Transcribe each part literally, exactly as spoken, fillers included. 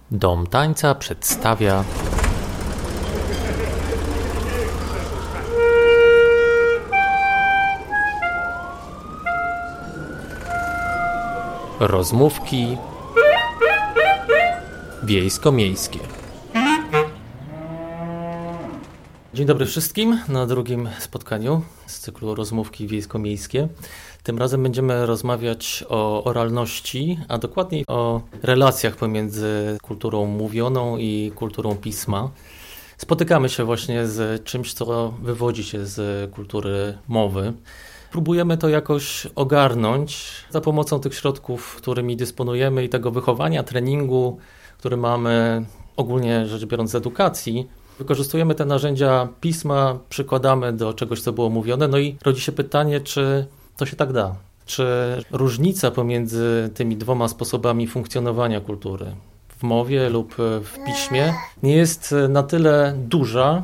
Dom Tańca przedstawia rozmówki wiejsko-miejskie. Dzień dobry wszystkim na drugim spotkaniu z cyklu Rozmówki wiejsko-miejskie. Tym razem będziemy rozmawiać o oralności, a dokładniej o relacjach pomiędzy kulturą mówioną i kulturą pisma. Spotykamy się właśnie z czymś, co wywodzi się z kultury mowy. Próbujemy to jakoś ogarnąć za pomocą tych środków, którymi dysponujemy i tego wychowania, treningu, który mamy ogólnie rzecz biorąc z edukacji. Wykorzystujemy te narzędzia pisma, przykładamy do czegoś, co było mówione, no i rodzi się pytanie, czy to się tak da. Czy różnica pomiędzy tymi dwoma sposobami funkcjonowania kultury w mowie lub w piśmie nie jest na tyle duża,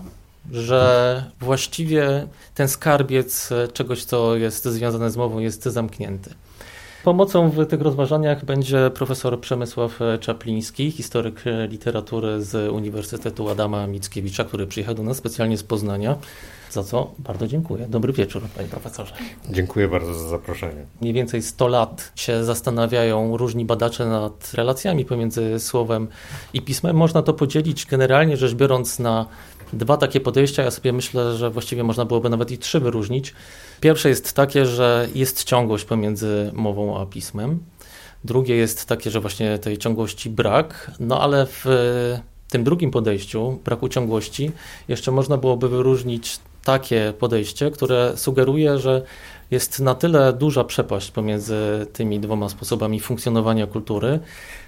że właściwie ten skarbiec czegoś, co jest związane z mową, jest zamknięty. Pomocą w tych rozważaniach będzie profesor Przemysław Czapliński, historyk literatury z Uniwersytetu Adama Mickiewicza, który przyjechał do nas specjalnie z Poznania, za co bardzo dziękuję. Dobry wieczór, panie profesorze. Dziękuję bardzo za zaproszenie. Mniej więcej sto lat się zastanawiają różni badacze nad relacjami pomiędzy słowem i pismem. Można to podzielić generalnie rzecz biorąc na dwa takie podejścia. Ja sobie myślę, że właściwie można byłoby nawet i trzy wyróżnić. Pierwsze jest takie, że jest ciągłość pomiędzy mową a pismem. Drugie jest takie, że właśnie tej ciągłości brak, no ale w tym drugim podejściu, braku ciągłości, jeszcze można byłoby wyróżnić takie podejście, które sugeruje, że jest na tyle duża przepaść pomiędzy tymi dwoma sposobami funkcjonowania kultury,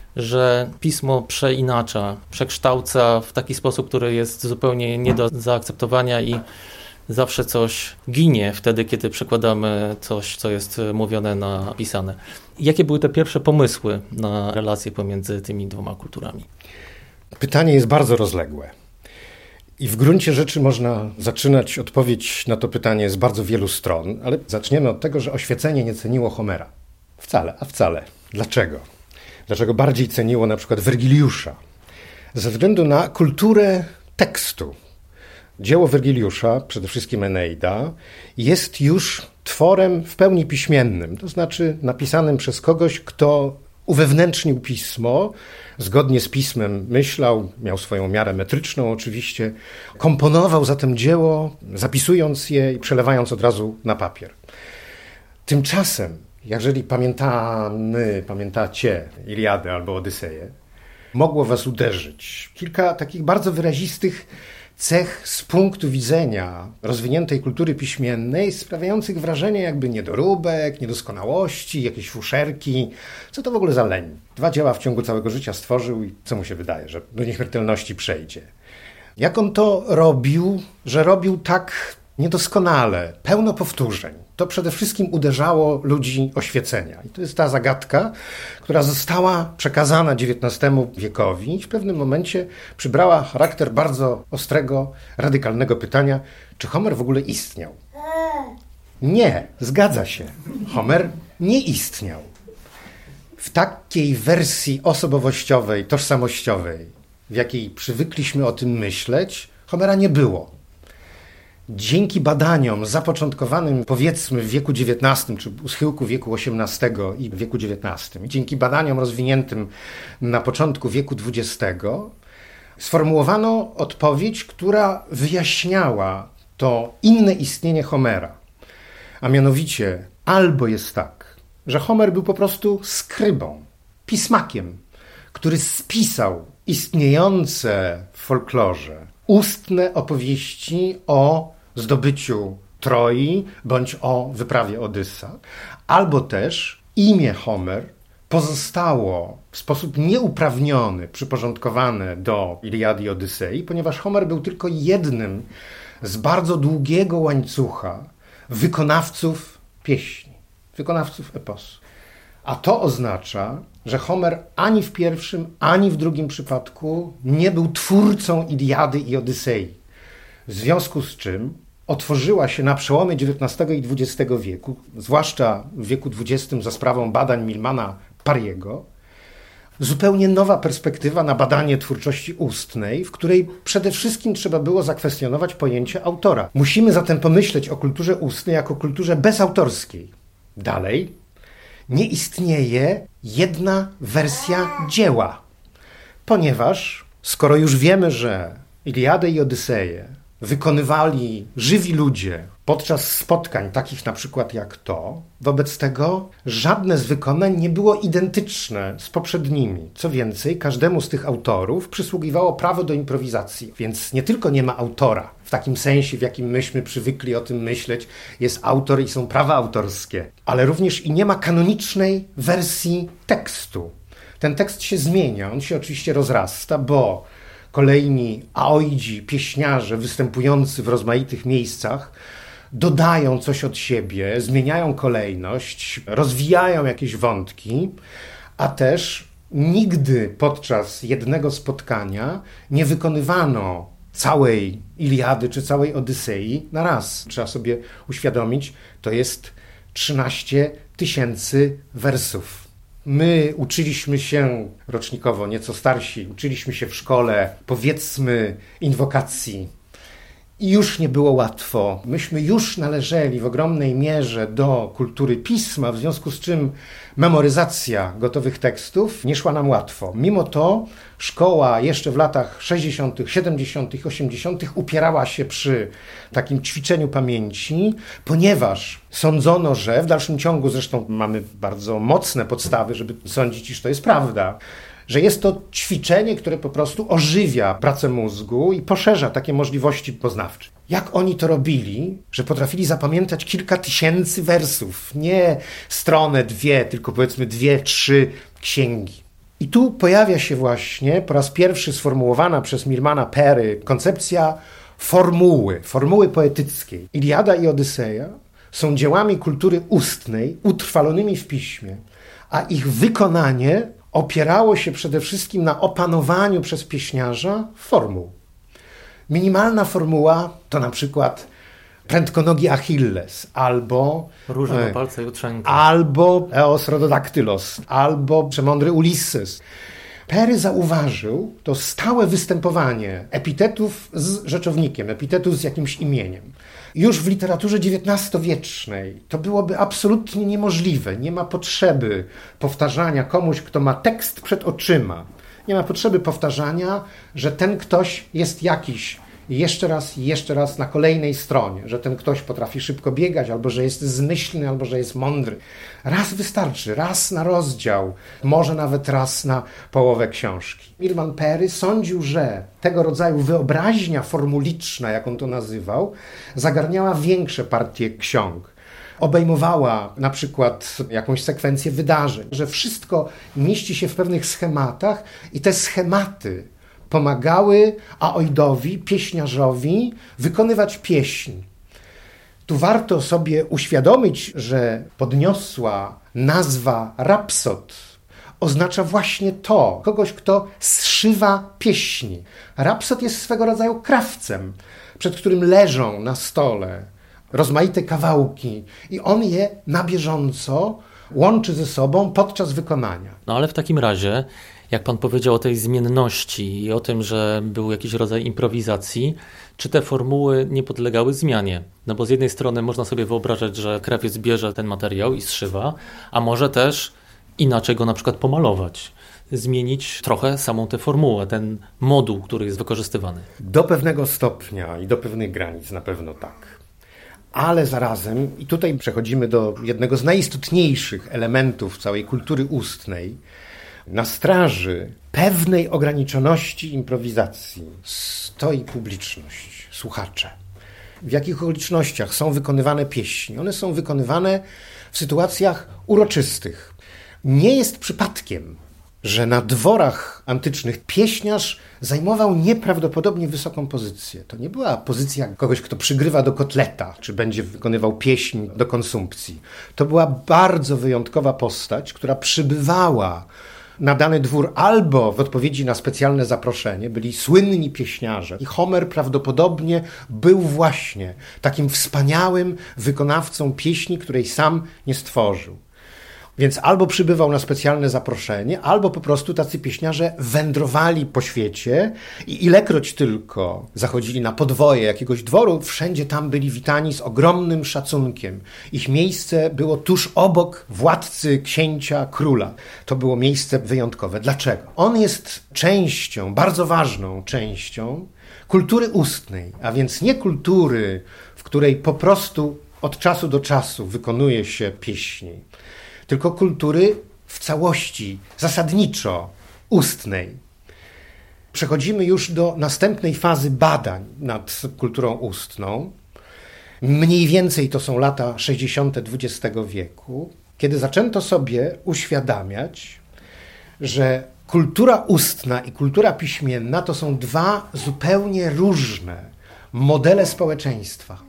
że pismo przeinacza, przekształca w taki sposób, który jest zupełnie nie do zaakceptowania i zawsze coś ginie wtedy, kiedy przekładamy coś, co jest mówione na pisane. Jakie były te pierwsze pomysły na relacje pomiędzy tymi dwoma kulturami? Pytanie jest bardzo rozległe. I w gruncie rzeczy można zaczynać odpowiedź na to pytanie z bardzo wielu stron, ale zaczniemy od tego, że oświecenie nie ceniło Homera. Wcale, a wcale. Dlaczego? Dlaczego bardziej ceniło na przykład Wergiliusza? Ze względu na kulturę tekstu. Dzieło Wergiliusza, przede wszystkim Eneida, jest już tworem w pełni piśmiennym, to znaczy napisanym przez kogoś, kto uwewnętrznił pismo, zgodnie z pismem myślał, miał swoją miarę metryczną oczywiście, komponował zatem dzieło, zapisując je i przelewając od razu na papier. Tymczasem, jeżeli pamiętamy, pamiętacie Iliadę albo Odyseję, mogło was uderzyć kilka takich bardzo wyrazistych cech z punktu widzenia rozwiniętej kultury piśmiennej, sprawiających wrażenie jakby niedoróbek, niedoskonałości, jakieś fuszerki. Co to w ogóle za leń? Dwa dzieła w ciągu całego życia stworzył i co mu się wydaje, że do nieśmiertelności przejdzie? Jak on to robił, że robił tak niedoskonale, pełno powtórzeń? To przede wszystkim uderzało ludzi oświecenia. I to jest ta zagadka, która została przekazana dziewiętnastemu wiekowi i w pewnym momencie przybrała charakter bardzo ostrego, radykalnego pytania, czy Homer w ogóle istniał? Nie, zgadza się. Homer nie istniał. W takiej wersji osobowościowej, tożsamościowej, w jakiej przywykliśmy o tym myśleć, Homera nie było. Dzięki badaniom zapoczątkowanym powiedzmy w wieku dziewiętnastym, czy u schyłku wieku osiemnastego i wieku dziewiętnastym, dzięki badaniom rozwiniętym na początku wieku dwudziestego, sformułowano odpowiedź, która wyjaśniała to inne istnienie Homera. A mianowicie albo jest tak, że Homer był po prostu skrybą, pismakiem, który spisał istniejące w folklorze ustne opowieści o zdobyciu Troi bądź o wyprawie Odyssa, albo też imię Homer pozostało w sposób nieuprawniony przyporządkowane do Iliady i Odysei, ponieważ Homer był tylko jednym z bardzo długiego łańcucha wykonawców pieśni, wykonawców eposu. A to oznacza, że Homer ani w pierwszym, ani w drugim przypadku nie był twórcą Iliady i Odysei. W związku z czym otworzyła się na przełomie dziewiętnastego i dwudziestego wieku, zwłaszcza w wieku dwudziestym za sprawą badań Milmana Pariego, zupełnie nowa perspektywa na badanie twórczości ustnej, w której przede wszystkim trzeba było zakwestionować pojęcie autora. Musimy zatem pomyśleć o kulturze ustnej jako kulturze bezautorskiej. Dalej, nie istnieje jedna wersja dzieła, ponieważ skoro już wiemy, że Iliadę i Odyseję wykonywali żywi ludzie podczas spotkań takich na przykład jak to, wobec tego żadne z wykonań nie było identyczne z poprzednimi. Co więcej, każdemu z tych autorów przysługiwało prawo do improwizacji, więc nie tylko nie ma autora, w takim sensie, w jakim myśmy przywykli o tym myśleć, jest autor i są prawa autorskie, ale również i nie ma kanonicznej wersji tekstu. Ten tekst się zmienia, on się oczywiście rozrasta, bo kolejni aoidzi, pieśniarze występujący w rozmaitych miejscach dodają coś od siebie, zmieniają kolejność, rozwijają jakieś wątki, a też nigdy podczas jednego spotkania nie wykonywano całej Iliady czy całej Odysei na raz. Trzeba sobie uświadomić, to jest trzynaście tysięcy wersów. My uczyliśmy się rocznikowo, nieco starsi, uczyliśmy się w szkole, powiedzmy, inwokacji. I już nie było łatwo. Myśmy już należeli w ogromnej mierze do kultury pisma, w związku z czym memoryzacja gotowych tekstów nie szła nam łatwo. Mimo to szkoła jeszcze w latach sześćdziesiątych, siedemdziesiątych, osiemdziesiątych upierała się przy takim ćwiczeniu pamięci, ponieważ sądzono, że w dalszym ciągu, zresztą mamy bardzo mocne podstawy, żeby sądzić, iż to jest prawda, że jest to ćwiczenie, które po prostu ożywia pracę mózgu i poszerza takie możliwości poznawcze. Jak oni to robili, że potrafili zapamiętać kilka tysięcy wersów, nie stronę, dwie, tylko powiedzmy dwie, trzy księgi. I tu pojawia się właśnie po raz pierwszy sformułowana przez Milmana Pery koncepcja formuły, formuły poetyckiej. Iliada i Odyseja są dziełami kultury ustnej, utrwalonymi w piśmie, a ich wykonanie opierało się przede wszystkim na opanowaniu przez pieśniarza formuł. Minimalna formuła to na przykład prędkonogi Achilles, albo róże do palca i jutrzenka, albo Eos Rododaktylos, albo przemądry Ulisses. Pery zauważył to stałe występowanie epitetów z rzeczownikiem, epitetów z jakimś imieniem. Już w literaturze dziewiętnastowiecznej to byłoby absolutnie niemożliwe. Nie ma potrzeby powtarzania komuś, kto ma tekst przed oczyma. Nie ma potrzeby powtarzania, że ten ktoś jest jakiś. I jeszcze raz, i jeszcze raz na kolejnej stronie, że ten ktoś potrafi szybko biegać, albo że jest zmyślny, albo że jest mądry. Raz wystarczy, raz na rozdział, może nawet raz na połowę książki. Milman Pery sądził, że tego rodzaju wyobraźnia formuliczna, jak on to nazywał, zagarniała większe partie ksiąg. Obejmowała na przykład jakąś sekwencję wydarzeń, że wszystko mieści się w pewnych schematach i te schematy pomagały aoidowi, pieśniarzowi wykonywać pieśń. Tu warto sobie uświadomić, że podniosła nazwa rapsod oznacza właśnie to, kogoś, kto zszywa pieśni. Rapsod jest swego rodzaju krawcem, przed którym leżą na stole rozmaite kawałki i on je na bieżąco łączy ze sobą podczas wykonania. No ale w takim razie, jak pan powiedział o tej zmienności i o tym, że był jakiś rodzaj improwizacji, czy te formuły nie podlegały zmianie? No bo z jednej strony można sobie wyobrażać, że krawiec bierze ten materiał i zszywa, a może też inaczej go na przykład pomalować, zmienić trochę samą tę formułę, ten moduł, który jest wykorzystywany. Do pewnego stopnia i do pewnych granic na pewno tak. Ale zarazem, i tutaj przechodzimy do jednego z najistotniejszych elementów całej kultury ustnej, na straży pewnej ograniczoności improwizacji stoi publiczność, słuchacze. W jakich okolicznościach są wykonywane pieśni? One są wykonywane w sytuacjach uroczystych. Nie jest przypadkiem, że na dworach antycznych pieśniarz zajmował nieprawdopodobnie wysoką pozycję. To nie była pozycja kogoś, kto przygrywa do kotleta, czy będzie wykonywał pieśń do konsumpcji. To była bardzo wyjątkowa postać, która przybywała na dany dwór albo w odpowiedzi na specjalne zaproszenie, byli słynni pieśniarze. I Homer prawdopodobnie był właśnie takim wspaniałym wykonawcą pieśni, której sam nie stworzył. Więc albo przybywał na specjalne zaproszenie, albo po prostu tacy pieśniarze wędrowali po świecie i ilekroć tylko zachodzili na podwoje jakiegoś dworu, wszędzie tam byli witani z ogromnym szacunkiem. Ich miejsce było tuż obok władcy, księcia, króla. To było miejsce wyjątkowe. Dlaczego? On jest częścią, bardzo ważną częścią kultury ustnej, a więc nie kultury, w której po prostu od czasu do czasu wykonuje się pieśni, tylko kultury w całości, zasadniczo ustnej. Przechodzimy już do następnej fazy badań nad kulturą ustną. Mniej więcej to są lata sześćdziesiąte dwudziestego wieku, kiedy zaczęto sobie uświadamiać, że kultura ustna i kultura piśmienna to są dwa zupełnie różne modele społeczeństwa.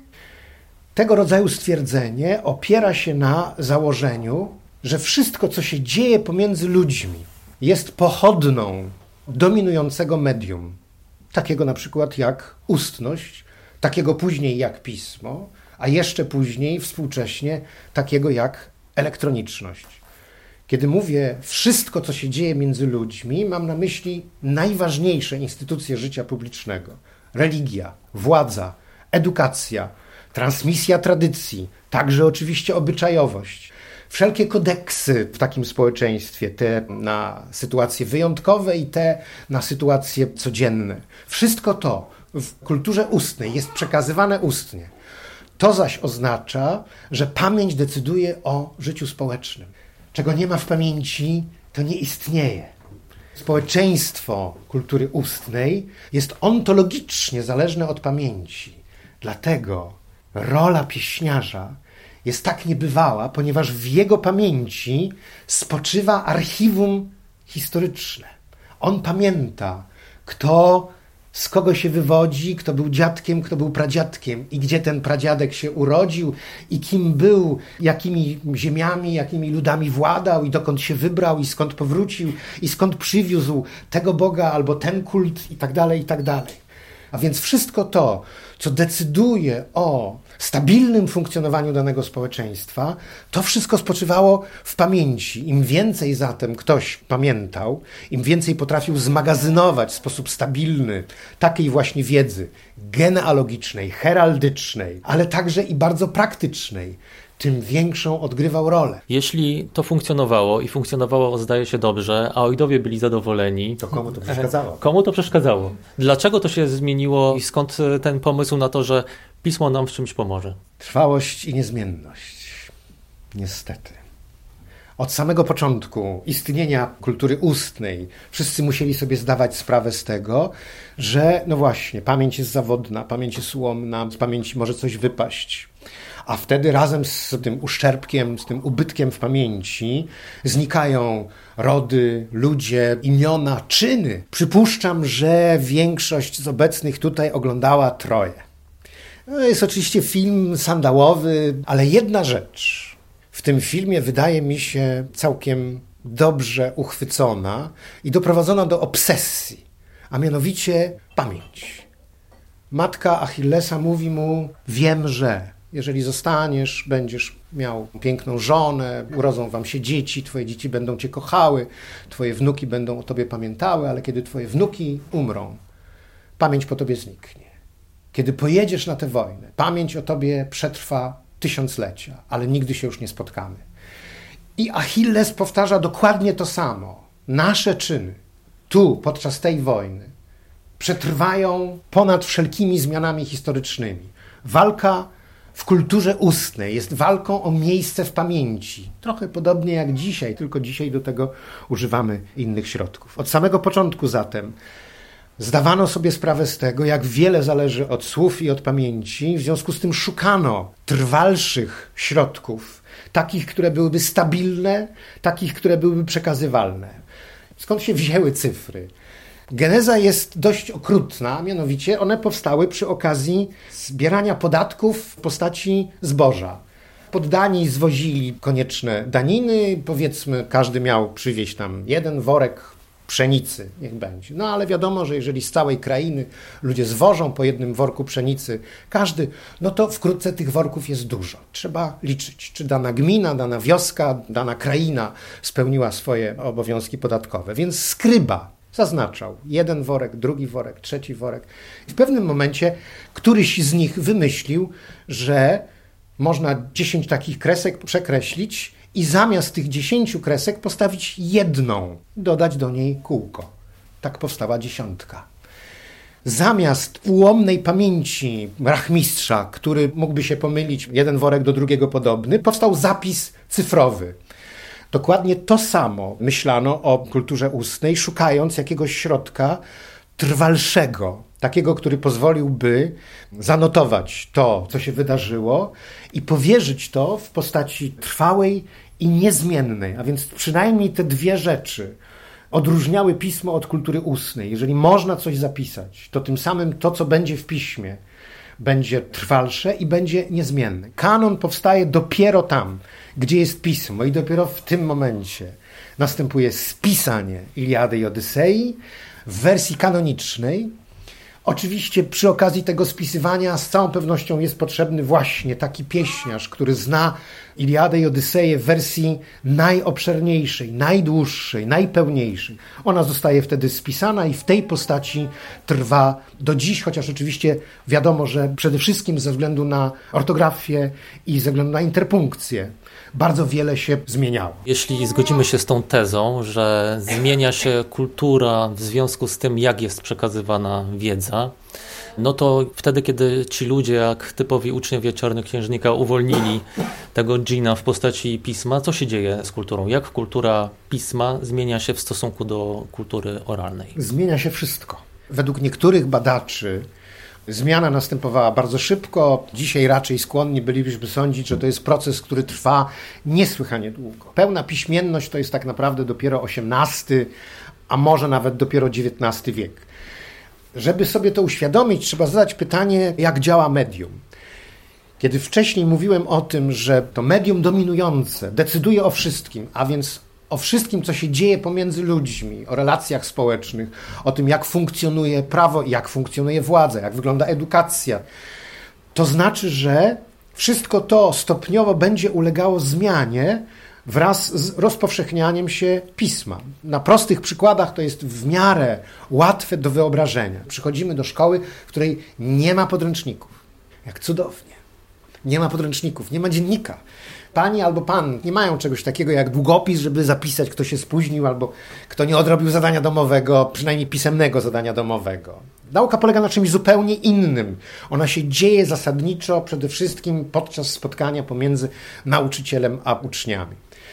Tego rodzaju stwierdzenie opiera się na założeniu, że wszystko, co się dzieje pomiędzy ludźmi, jest pochodną dominującego medium, takiego na przykład jak ustność, takiego później jak pismo, a jeszcze później, współcześnie, takiego jak elektroniczność. Kiedy mówię wszystko, co się dzieje między ludźmi, mam na myśli najważniejsze instytucje życia publicznego. Religia, władza, edukacja, transmisja tradycji, także oczywiście obyczajowość. Wszelkie kodeksy w takim społeczeństwie, te na sytuacje wyjątkowe i te na sytuacje codzienne. Wszystko to w kulturze ustnej jest przekazywane ustnie. To zaś oznacza, że pamięć decyduje o życiu społecznym. Czego nie ma w pamięci, to nie istnieje. Społeczeństwo kultury ustnej jest ontologicznie zależne od pamięci. Dlatego rola pieśniarza jest tak niebywała, ponieważ w jego pamięci spoczywa archiwum historyczne. On pamięta, kto z kogo się wywodzi, kto był dziadkiem, kto był pradziadkiem i gdzie ten pradziadek się urodził i kim był, jakimi ziemiami, jakimi ludami władał i dokąd się wybrał i skąd powrócił i skąd przywiózł tego Boga albo ten kult i tak dalej, i tak dalej. A więc wszystko to, co decyduje o stabilnym funkcjonowaniu danego społeczeństwa, to wszystko spoczywało w pamięci. Im więcej zatem ktoś pamiętał, im więcej potrafił zmagazynować w sposób stabilny takiej właśnie wiedzy genealogicznej, heraldycznej, ale także i bardzo praktycznej, tym większą odgrywał rolę. Jeśli to funkcjonowało i funkcjonowało, zdaje się, dobrze, a ojcowie byli zadowoleni, to komu to przeszkadzało? Komu to przeszkadzało? Dlaczego to się zmieniło i skąd ten pomysł na to, że pismo nam w czymś pomoże? Trwałość i niezmienność. Niestety. Od samego początku istnienia kultury ustnej wszyscy musieli sobie zdawać sprawę z tego, że no właśnie, pamięć jest zawodna, pamięć jest ułomna, z pamięci może coś wypaść. A wtedy razem z tym uszczerbkiem, z tym ubytkiem w pamięci znikają rody, ludzie, imiona, czyny. Przypuszczam, że większość z obecnych tutaj oglądała Troję. No jest oczywiście film sandałowy, ale jedna rzecz w tym filmie wydaje mi się całkiem dobrze uchwycona i doprowadzona do obsesji, a mianowicie pamięć. Matka Achillesa mówi mu: wiem, że jeżeli zostaniesz, będziesz miał piękną żonę, urodzą wam się dzieci, twoje dzieci będą cię kochały, twoje wnuki będą o tobie pamiętały, ale kiedy twoje wnuki umrą, pamięć po tobie zniknie. Kiedy pojedziesz na tę wojnę, pamięć o tobie przetrwa tysiąclecia, ale nigdy się już nie spotkamy. I Achilles powtarza dokładnie to samo. Nasze czyny tu, podczas tej wojny, przetrwają ponad wszelkimi zmianami historycznymi. Walka w kulturze ustnej jest walką o miejsce w pamięci. Trochę podobnie jak dzisiaj, tylko dzisiaj do tego używamy innych środków. Od samego początku zatem zdawano sobie sprawę z tego, jak wiele zależy od słów i od pamięci, w związku z tym szukano trwalszych środków, takich, które byłyby stabilne, takich, które byłyby przekazywalne. Skąd się wzięły cyfry? Geneza jest dość okrutna, mianowicie one powstały przy okazji zbierania podatków w postaci zboża. Poddani zwozili konieczne daniny, powiedzmy każdy miał przywieźć tam jeden worek pszenicy, niech będzie. No ale wiadomo, że jeżeli z całej krainy ludzie zwożą po jednym worku pszenicy, każdy, no to wkrótce tych worków jest dużo. Trzeba liczyć, czy dana gmina, dana wioska, dana kraina spełniła swoje obowiązki podatkowe. Więc skryba zaznaczał jeden worek, drugi worek, trzeci worek. W pewnym momencie któryś z nich wymyślił, że można dziesięć takich kresek przekreślić i zamiast tych dziesięciu kresek postawić jedną, dodać do niej kółko. Tak powstała dziesiątka. Zamiast ułomnej pamięci rachmistrza, który mógłby się pomylić, jeden worek do drugiego podobny, powstał zapis cyfrowy. Dokładnie to samo myślano o kulturze ustnej, szukając jakiegoś środka trwalszego, takiego, który pozwoliłby zanotować to, co się wydarzyło i powierzyć to w postaci trwałej i niezmiennej. A więc przynajmniej te dwie rzeczy odróżniały pismo od kultury ustnej. Jeżeli można coś zapisać, to tym samym to, co będzie w piśmie, będzie trwalsze i będzie niezmienne. Kanon powstaje dopiero tam, gdzie jest pismo i dopiero w tym momencie następuje spisanie Iliady i Odysei w wersji kanonicznej. Oczywiście przy okazji tego spisywania z całą pewnością jest potrzebny właśnie taki pieśniarz, który zna Iliadę i Odyseję w wersji najobszerniejszej, najdłuższej, najpełniejszej. Ona zostaje wtedy spisana i w tej postaci trwa do dziś, chociaż oczywiście wiadomo, że przede wszystkim ze względu na ortografię i ze względu na interpunkcję bardzo wiele się zmieniało. Jeśli zgodzimy się z tą tezą, że zmienia się kultura w związku z tym, jak jest przekazywana wiedza, no to wtedy, kiedy ci ludzie, jak typowi uczniowie Czarnoksiężnika, uwolnili tego dżina w postaci pisma, co się dzieje z kulturą? Jak kultura pisma zmienia się w stosunku do kultury oralnej? Zmienia się wszystko. Według niektórych badaczy zmiana następowała bardzo szybko. Dzisiaj raczej skłonni bylibyśmy sądzić, że to jest proces, który trwa niesłychanie długo. Pełna piśmienność to jest tak naprawdę dopiero osiemnasty, a może nawet dopiero dziewiętnasty wiek. Żeby sobie to uświadomić, trzeba zadać pytanie, jak działa medium. Kiedy wcześniej mówiłem o tym, że to medium dominujące decyduje o wszystkim, a więc o wszystkim, co się dzieje pomiędzy ludźmi, o relacjach społecznych, o tym, jak funkcjonuje prawo, jak funkcjonuje władza, jak wygląda edukacja, to znaczy, że wszystko to stopniowo będzie ulegało zmianie wraz z rozpowszechnianiem się pisma. Na prostych przykładach to jest w miarę łatwe do wyobrażenia. Przychodzimy do szkoły, w której nie ma podręczników. Jak cudownie. Nie ma podręczników, nie ma dziennika. Pani albo pan nie mają czegoś takiego jak długopis, żeby zapisać, kto się spóźnił albo kto nie odrobił zadania domowego, przynajmniej pisemnego zadania domowego. Nauka polega na czymś zupełnie innym. Ona się dzieje zasadniczo przede wszystkim podczas spotkania pomiędzy nauczycielem a uczniami.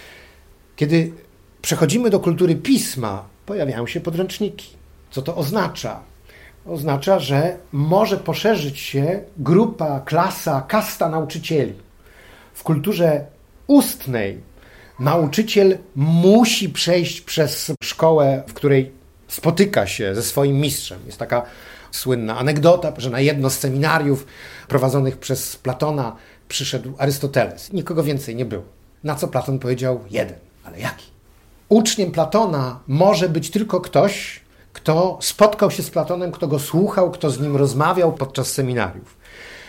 Kiedy przechodzimy do kultury pisma, pojawiają się podręczniki. Co to oznacza? Oznacza, że może poszerzyć się grupa, klasa, kasta nauczycieli. W kulturze ustnej nauczyciel musi przejść przez szkołę, w której spotyka się ze swoim mistrzem. Jest taka słynna anegdota, że na jedno z seminariów prowadzonych przez Platona przyszedł Arystoteles. Nikogo więcej nie było. Na co Platon powiedział: jeden. Ale jaki? Uczniem Platona może być tylko ktoś, kto spotkał się z Platonem, kto go słuchał, kto z nim rozmawiał podczas seminariów.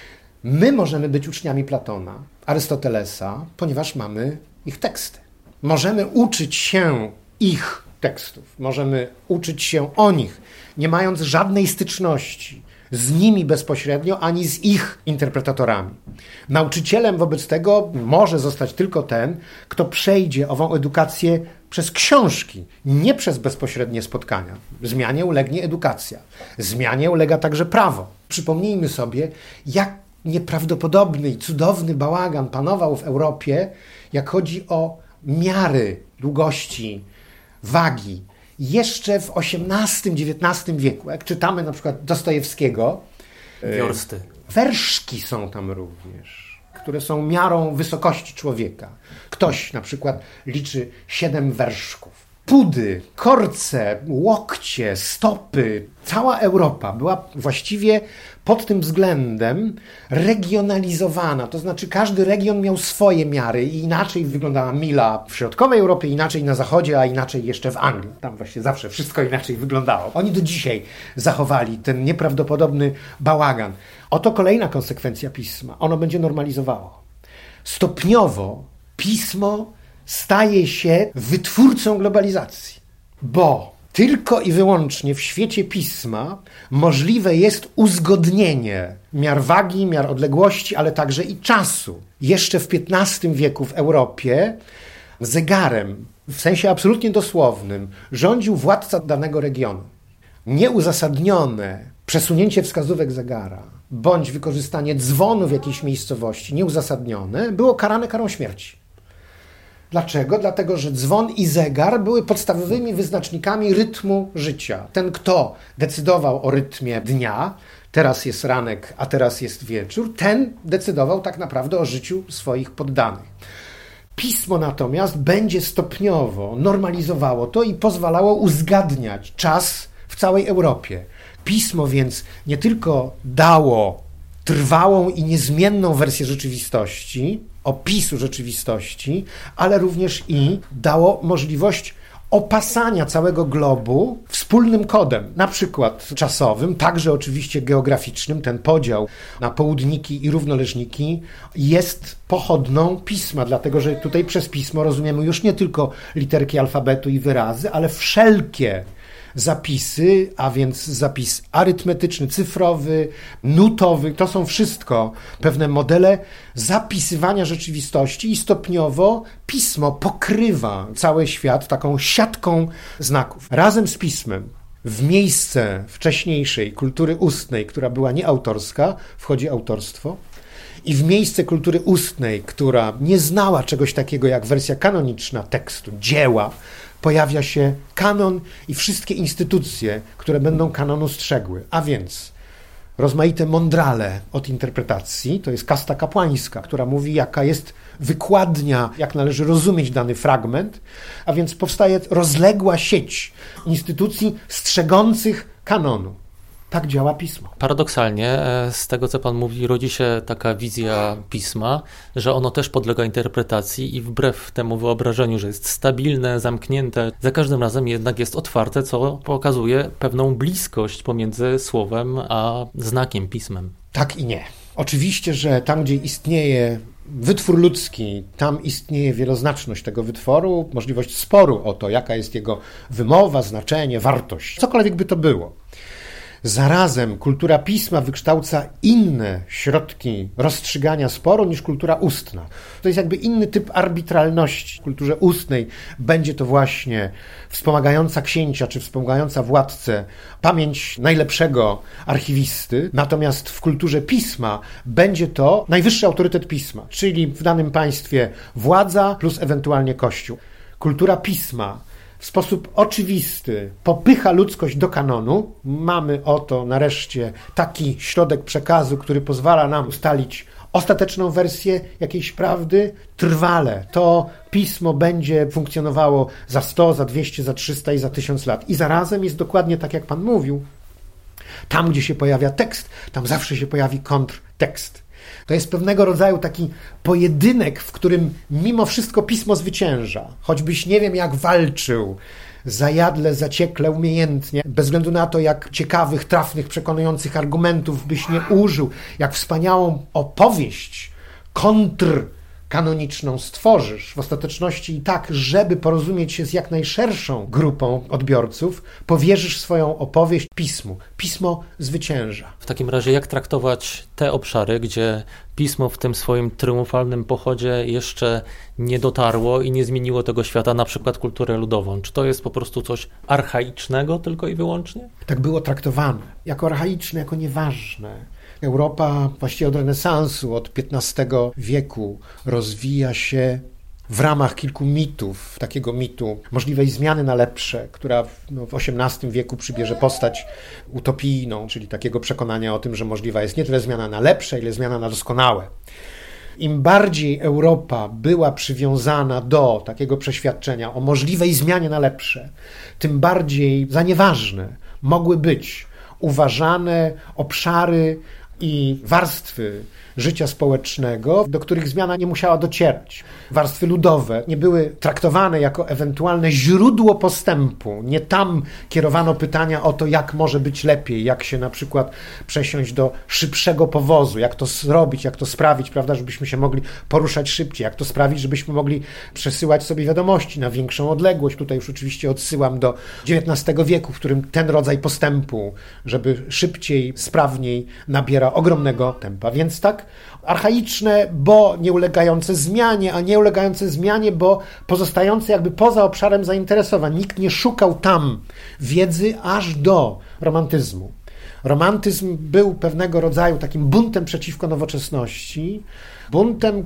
My możemy być uczniami Platona, Arystotelesa, ponieważ mamy ich teksty. Możemy uczyć się ich tekstów, możemy uczyć się o nich, nie mając żadnej styczności z nimi bezpośrednio, ani z ich interpretatorami. Nauczycielem wobec tego może zostać tylko ten, kto przejdzie ową edukację przez książki, nie przez bezpośrednie spotkania. Zmianie ulegnie edukacja. Zmianie ulega także prawo. Przypomnijmy sobie, jak nieprawdopodobny i cudowny bałagan panował w Europie, jak chodzi o miary długości, wagi. Jeszcze w osiemnastym dziewiętnastym wieku, jak czytamy na przykład Dostojewskiego, Wiorsty. Werszki są tam również, które są miarą wysokości człowieka. Ktoś na przykład liczy siedem werszków. pudy, korce, łokcie, stopy. Cała Europa była właściwie pod tym względem regionalizowana. To znaczy każdy region miał swoje miary i inaczej wyglądała mila w środkowej Europie, inaczej na zachodzie, a inaczej jeszcze w Anglii. Tam właśnie zawsze wszystko inaczej wyglądało. Oni do dzisiaj zachowali ten nieprawdopodobny bałagan. Oto kolejna konsekwencja pisma. Ono będzie normalizowało. Stopniowo pismo staje się wytwórcą globalizacji, bo tylko i wyłącznie w świecie pisma możliwe jest uzgodnienie miar wagi, miar odległości, ale także i czasu. Jeszcze w piętnastym wieku w Europie zegarem, w sensie absolutnie dosłownym, rządził władca danego regionu. Nieuzasadnione przesunięcie wskazówek zegara bądź wykorzystanie dzwonu w jakiejś miejscowości nieuzasadnione było karane karą śmierci. Dlaczego? Dlatego, że dzwon i zegar były podstawowymi wyznacznikami rytmu życia. Ten, kto decydował o rytmie dnia, teraz jest ranek, a teraz jest wieczór, ten decydował tak naprawdę o życiu swoich poddanych. Pismo natomiast będzie stopniowo normalizowało to i pozwalało uzgadniać czas w całej Europie. Pismo więc nie tylko dało trwałą i niezmienną wersję rzeczywistości, opisu rzeczywistości, ale również i dało możliwość opasania całego globu wspólnym kodem, na przykład czasowym, także oczywiście geograficznym. Ten podział na południki i równoleżniki jest pochodną pisma, dlatego że tutaj przez pismo rozumiemy już nie tylko literki alfabetu i wyrazy, ale wszelkie zapisy, a więc zapis arytmetyczny, cyfrowy, nutowy, to są wszystko pewne modele zapisywania rzeczywistości i stopniowo pismo pokrywa cały świat taką siatką znaków. Razem z pismem w miejsce wcześniejszej kultury ustnej, która była nieautorska, wchodzi autorstwo, i w miejsce kultury ustnej, która nie znała czegoś takiego jak wersja kanoniczna tekstu, dzieła, pojawia się kanon i wszystkie instytucje, które będą kanonu strzegły. A więc rozmaite mądrale od interpretacji, to jest kasta kapłańska, która mówi, jaka jest wykładnia, jak należy rozumieć dany fragment, a więc powstaje rozległa sieć instytucji strzegących kanonu. Tak działa pismo. Paradoksalnie, z tego co pan mówi, rodzi się taka wizja pisma, że ono też podlega interpretacji i wbrew temu wyobrażeniu, że jest stabilne, zamknięte, za każdym razem jednak jest otwarte, co pokazuje pewną bliskość pomiędzy słowem a znakiem, pismem. Tak i nie. Oczywiście, że tam, gdzie istnieje wytwór ludzki, tam istnieje wieloznaczność tego wytworu, możliwość sporu o to, jaka jest jego wymowa, znaczenie, wartość, cokolwiek by to było. Zarazem kultura pisma wykształca inne środki rozstrzygania sporu niż kultura ustna. To jest jakby inny typ arbitralności. W kulturze ustnej będzie to właśnie wspomagająca księcia czy wspomagająca władcę pamięć najlepszego archiwisty, natomiast w kulturze pisma będzie to najwyższy autorytet pisma, czyli w danym państwie władza plus ewentualnie kościół. Kultura pisma w sposób oczywisty popycha ludzkość do kanonu. Mamy oto nareszcie taki środek przekazu, który pozwala nam ustalić ostateczną wersję jakiejś prawdy trwale. To pismo będzie funkcjonowało za sto, za dwieście, za trzysta i za tysiąc lat. I zarazem jest dokładnie tak, jak pan mówił. Tam, gdzie się pojawia tekst, tam zawsze się pojawi kontrtekst. To jest pewnego rodzaju taki pojedynek, w którym mimo wszystko pismo zwycięża. Choćbyś nie wiem jak walczył, zajadle, zaciekle, umiejętnie, bez względu na to, jak ciekawych, trafnych, przekonujących argumentów byś nie użył, jak wspaniałą opowieść kontrkanoniczną stworzysz, w ostateczności i tak, żeby porozumieć się z jak najszerszą grupą odbiorców, powierzysz swoją opowieść pismu. Pismo zwycięża. W takim razie jak traktować te obszary, gdzie pismo w tym swoim triumfalnym pochodzie jeszcze nie dotarło i nie zmieniło tego świata, na przykład kulturę ludową? Czy to jest po prostu coś archaicznego tylko i wyłącznie? Tak było traktowane. Jako archaiczne, jako nieważne. Europa właściwie od renesansu, od piętnastego wieku rozwija się w ramach kilku mitów, takiego mitu możliwej zmiany na lepsze, która no, w osiemnastym wieku przybierze postać utopijną, czyli takiego przekonania o tym, że możliwa jest nie tyle zmiana na lepsze, ile zmiana na doskonałe. Im bardziej Europa była przywiązana do takiego przeświadczenia o możliwej zmianie na lepsze, tym bardziej za nieważne mogły być uważane obszary i warstwy życia społecznego, do których zmiana nie musiała docierać. Warstwy ludowe nie były traktowane jako ewentualne źródło postępu. Nie tam kierowano pytania o to, jak może być lepiej, jak się na przykład przesiąść do szybszego powozu, jak to zrobić, jak to sprawić, prawda, żebyśmy się mogli poruszać szybciej, jak to sprawić, żebyśmy mogli przesyłać sobie wiadomości na większą odległość. Tutaj już oczywiście odsyłam do dziewiętnastego wieku, w którym ten rodzaj postępu, żeby szybciej, sprawniej, nabiera ogromnego tempa. Więc tak, archaiczne, bo nie ulegające zmianie, a nie ulegające zmianie, bo pozostające jakby poza obszarem zainteresowań. Nikt nie szukał tam wiedzy aż do romantyzmu. Romantyzm był pewnego rodzaju takim buntem przeciwko nowoczesności, buntem,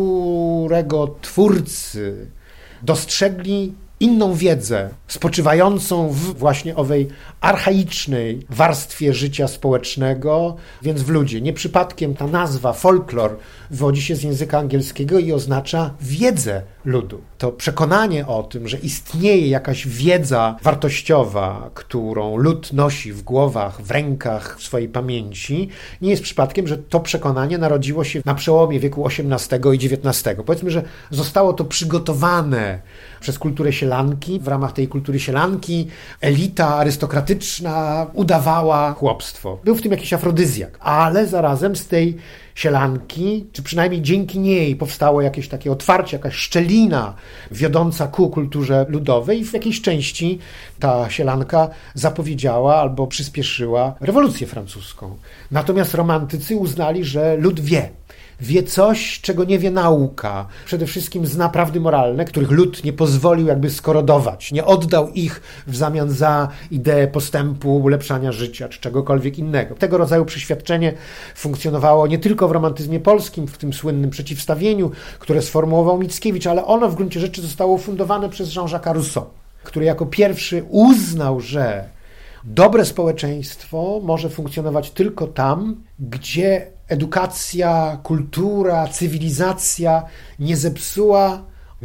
którego twórcy dostrzegli inną wiedzę, spoczywającą w właśnie owej archaicznej warstwie życia społecznego, więc w ludzie. Nie przypadkiem ta nazwa folklor wywodzi się z języka angielskiego i oznacza wiedzę ludu. To przekonanie o tym, że istnieje jakaś wiedza wartościowa, którą lud nosi w głowach, w rękach, w swojej pamięci, nie jest przypadkiem, że to przekonanie narodziło się na przełomie wieku osiemnastego i dziewiętnastego. Powiedzmy, że zostało to przygotowane przez kulturę sielanki. W ramach tej kultury sielanki elita arystokratyczna udawała chłopstwo. Był w tym jakiś afrodyzjak, ale zarazem z tej sielanki, czy przynajmniej dzięki niej powstało jakieś takie otwarcie, jakaś szczelina wiodąca ku kulturze ludowej i w jakiejś części ta sielanka zapowiedziała albo przyspieszyła rewolucję francuską. Natomiast romantycy uznali, że lud wie. Wie coś, czego nie wie nauka. Przede wszystkim zna prawdy moralne, których lud nie pozwolił jakby skorodować. Nie oddał ich w zamian za ideę postępu, ulepszania życia, czy czegokolwiek innego. Tego rodzaju przeświadczenie funkcjonowało nie tylko w romantyzmie polskim, w tym słynnym przeciwstawieniu, które sformułował Mickiewicz, ale ono w gruncie rzeczy zostało ufundowane przez Jean-Jacques'a Rousseau, który jako pierwszy uznał, że dobre społeczeństwo może funkcjonować tylko tam, gdzie edukacja, kultura, cywilizacja nie zepsuła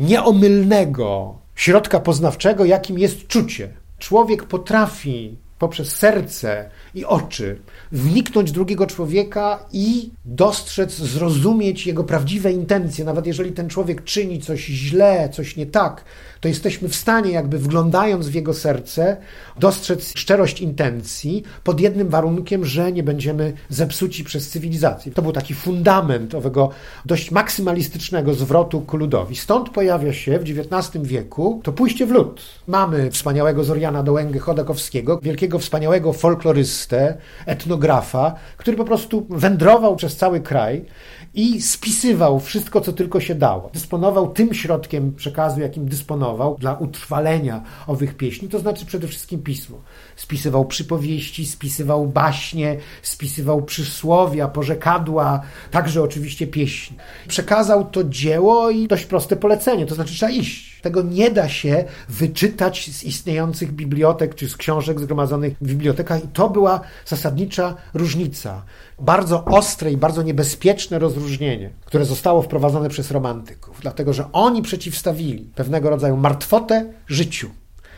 nieomylnego środka poznawczego, jakim jest czucie. Człowiek potrafi poprzez serce i oczy wniknąć drugiego człowieka i dostrzec, zrozumieć jego prawdziwe intencje. Nawet jeżeli ten człowiek czyni coś źle, coś nie tak, to jesteśmy w stanie, jakby wglądając w jego serce, dostrzec szczerość intencji pod jednym warunkiem, że nie będziemy zepsuci przez cywilizację. To był taki fundament owego dość maksymalistycznego zwrotu ku ludowi. Stąd pojawia się w dziewiętnastym wieku to pójście w lud. Mamy wspaniałego Zoriana Dołęgę Chodakowskiego, wielkiego, wspaniałego folklorystę, etnografa, który po prostu wędrował przez cały kraj i spisywał wszystko, co tylko się dało. Dysponował tym środkiem przekazu, jakim dysponował dla utrwalenia owych pieśni, to znaczy przede wszystkim pismo. Spisywał przypowieści, spisywał baśnie, spisywał przysłowia, porzekadła, także oczywiście pieśni. Przekazał to dzieło i dość proste polecenie, to znaczy trzeba iść. Tego nie da się wyczytać z istniejących bibliotek, czy z książek zgromadzonych w bibliotekach i to była zasadnicza różnica. Bardzo ostre i bardzo niebezpieczne rozróżnienie, które zostało wprowadzone przez romantyków, dlatego że oni przeciwstawili pewnego rodzaju martwotę życiu.